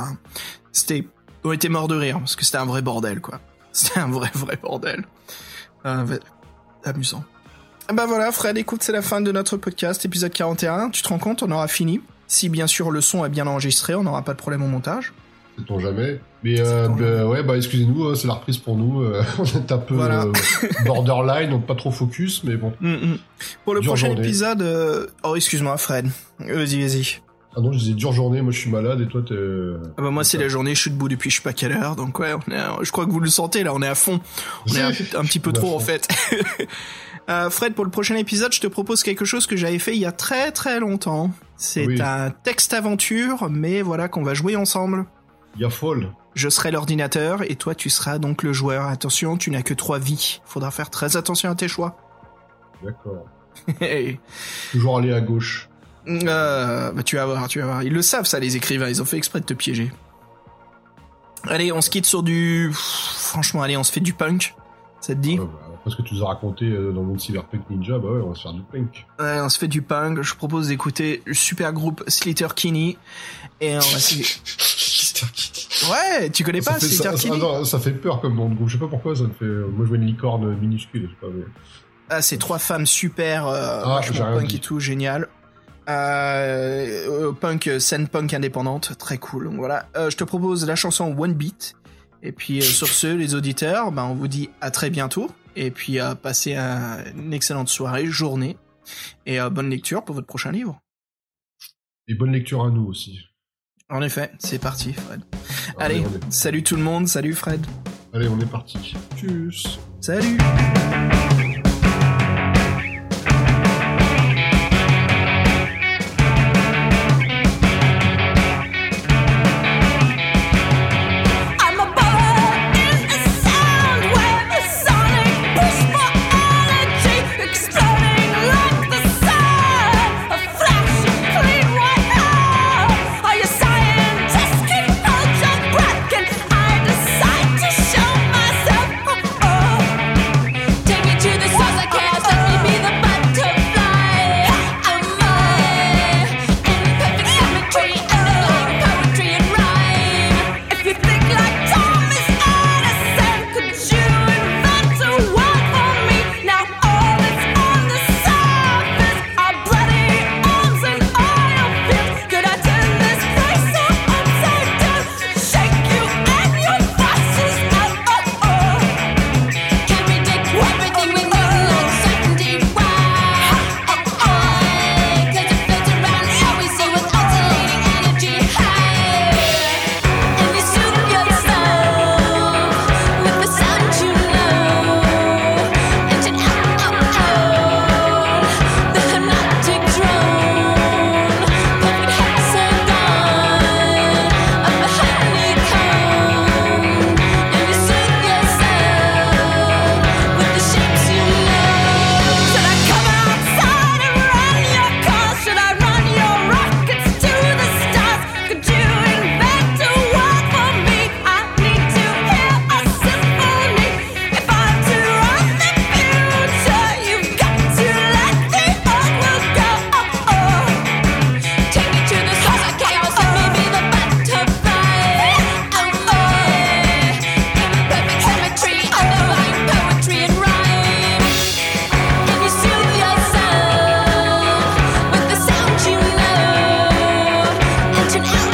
on était morts de rire, parce que c'était un vrai bordel, quoi. C'était un vrai bordel. Amusant. Bah voilà, Fred, écoute, c'est la fin de notre podcast, épisode 41. Tu te rends compte, on aura fini. Si bien sûr le son est bien enregistré, on n'aura pas de problème au montage. Sait-on jamais. Mais ouais, excusez-nous, c'est la reprise pour nous. On est un peu borderline, donc pas trop focus, mais bon. Pour le prochain épisode... Oh, excuse-moi, Fred. Vas-y. Ah non, je disais dure journée, moi je suis malade et toi t'es... Ah bah moi c'est la journée, je suis debout depuis je sais pas quelle heure, donc ouais, je crois que vous le sentez là, on est à fond. On est un petit peu trop en fait. Fred, pour le prochain épisode, je te propose quelque chose que j'avais fait il y a très très longtemps. C'est un texte aventure, mais voilà, qu'on va jouer ensemble. Il y a folle. Je serai l'ordinateur et toi tu seras donc le joueur. Attention, tu n'as que 3 vies. Faudra faire très attention à tes choix. D'accord. Toujours aller à gauche. Bah tu vas voir. Ils le savent ça, les écrivains, ils ont fait exprès de te piéger. Allez, on se quitte sur du... Franchement, allez, on se fait du punk. Ça te dit ? Parce que tu nous as raconté dans le monde Cyberpunk Ninja, bah ouais, on va se faire du punk. Ouais, on se fait du punk. Je propose d'écouter le super groupe Sleater-Kinney. Et on va essayer... Ouais, tu connais pas Sleater-Kinney ? Ça fait peur comme nom de groupe. Je sais pas pourquoi ça me fait... Moi, je vois une licorne minuscule, je sais pas, mais... Ah, c'est 3 femmes super, vachement punk et tout, génial. Punk, scène punk indépendante, très cool. Donc voilà, je te propose la chanson One Beat. Et puis sur ce, les auditeurs, on vous dit à très bientôt. Et puis passez une excellente soirée, journée. Et bonne lecture pour votre prochain livre. Et bonne lecture à nous aussi. En effet, c'est parti, Fred. Allez, salut tout le monde, salut Fred. Allez, on est parti. Tchuss. Salut. Out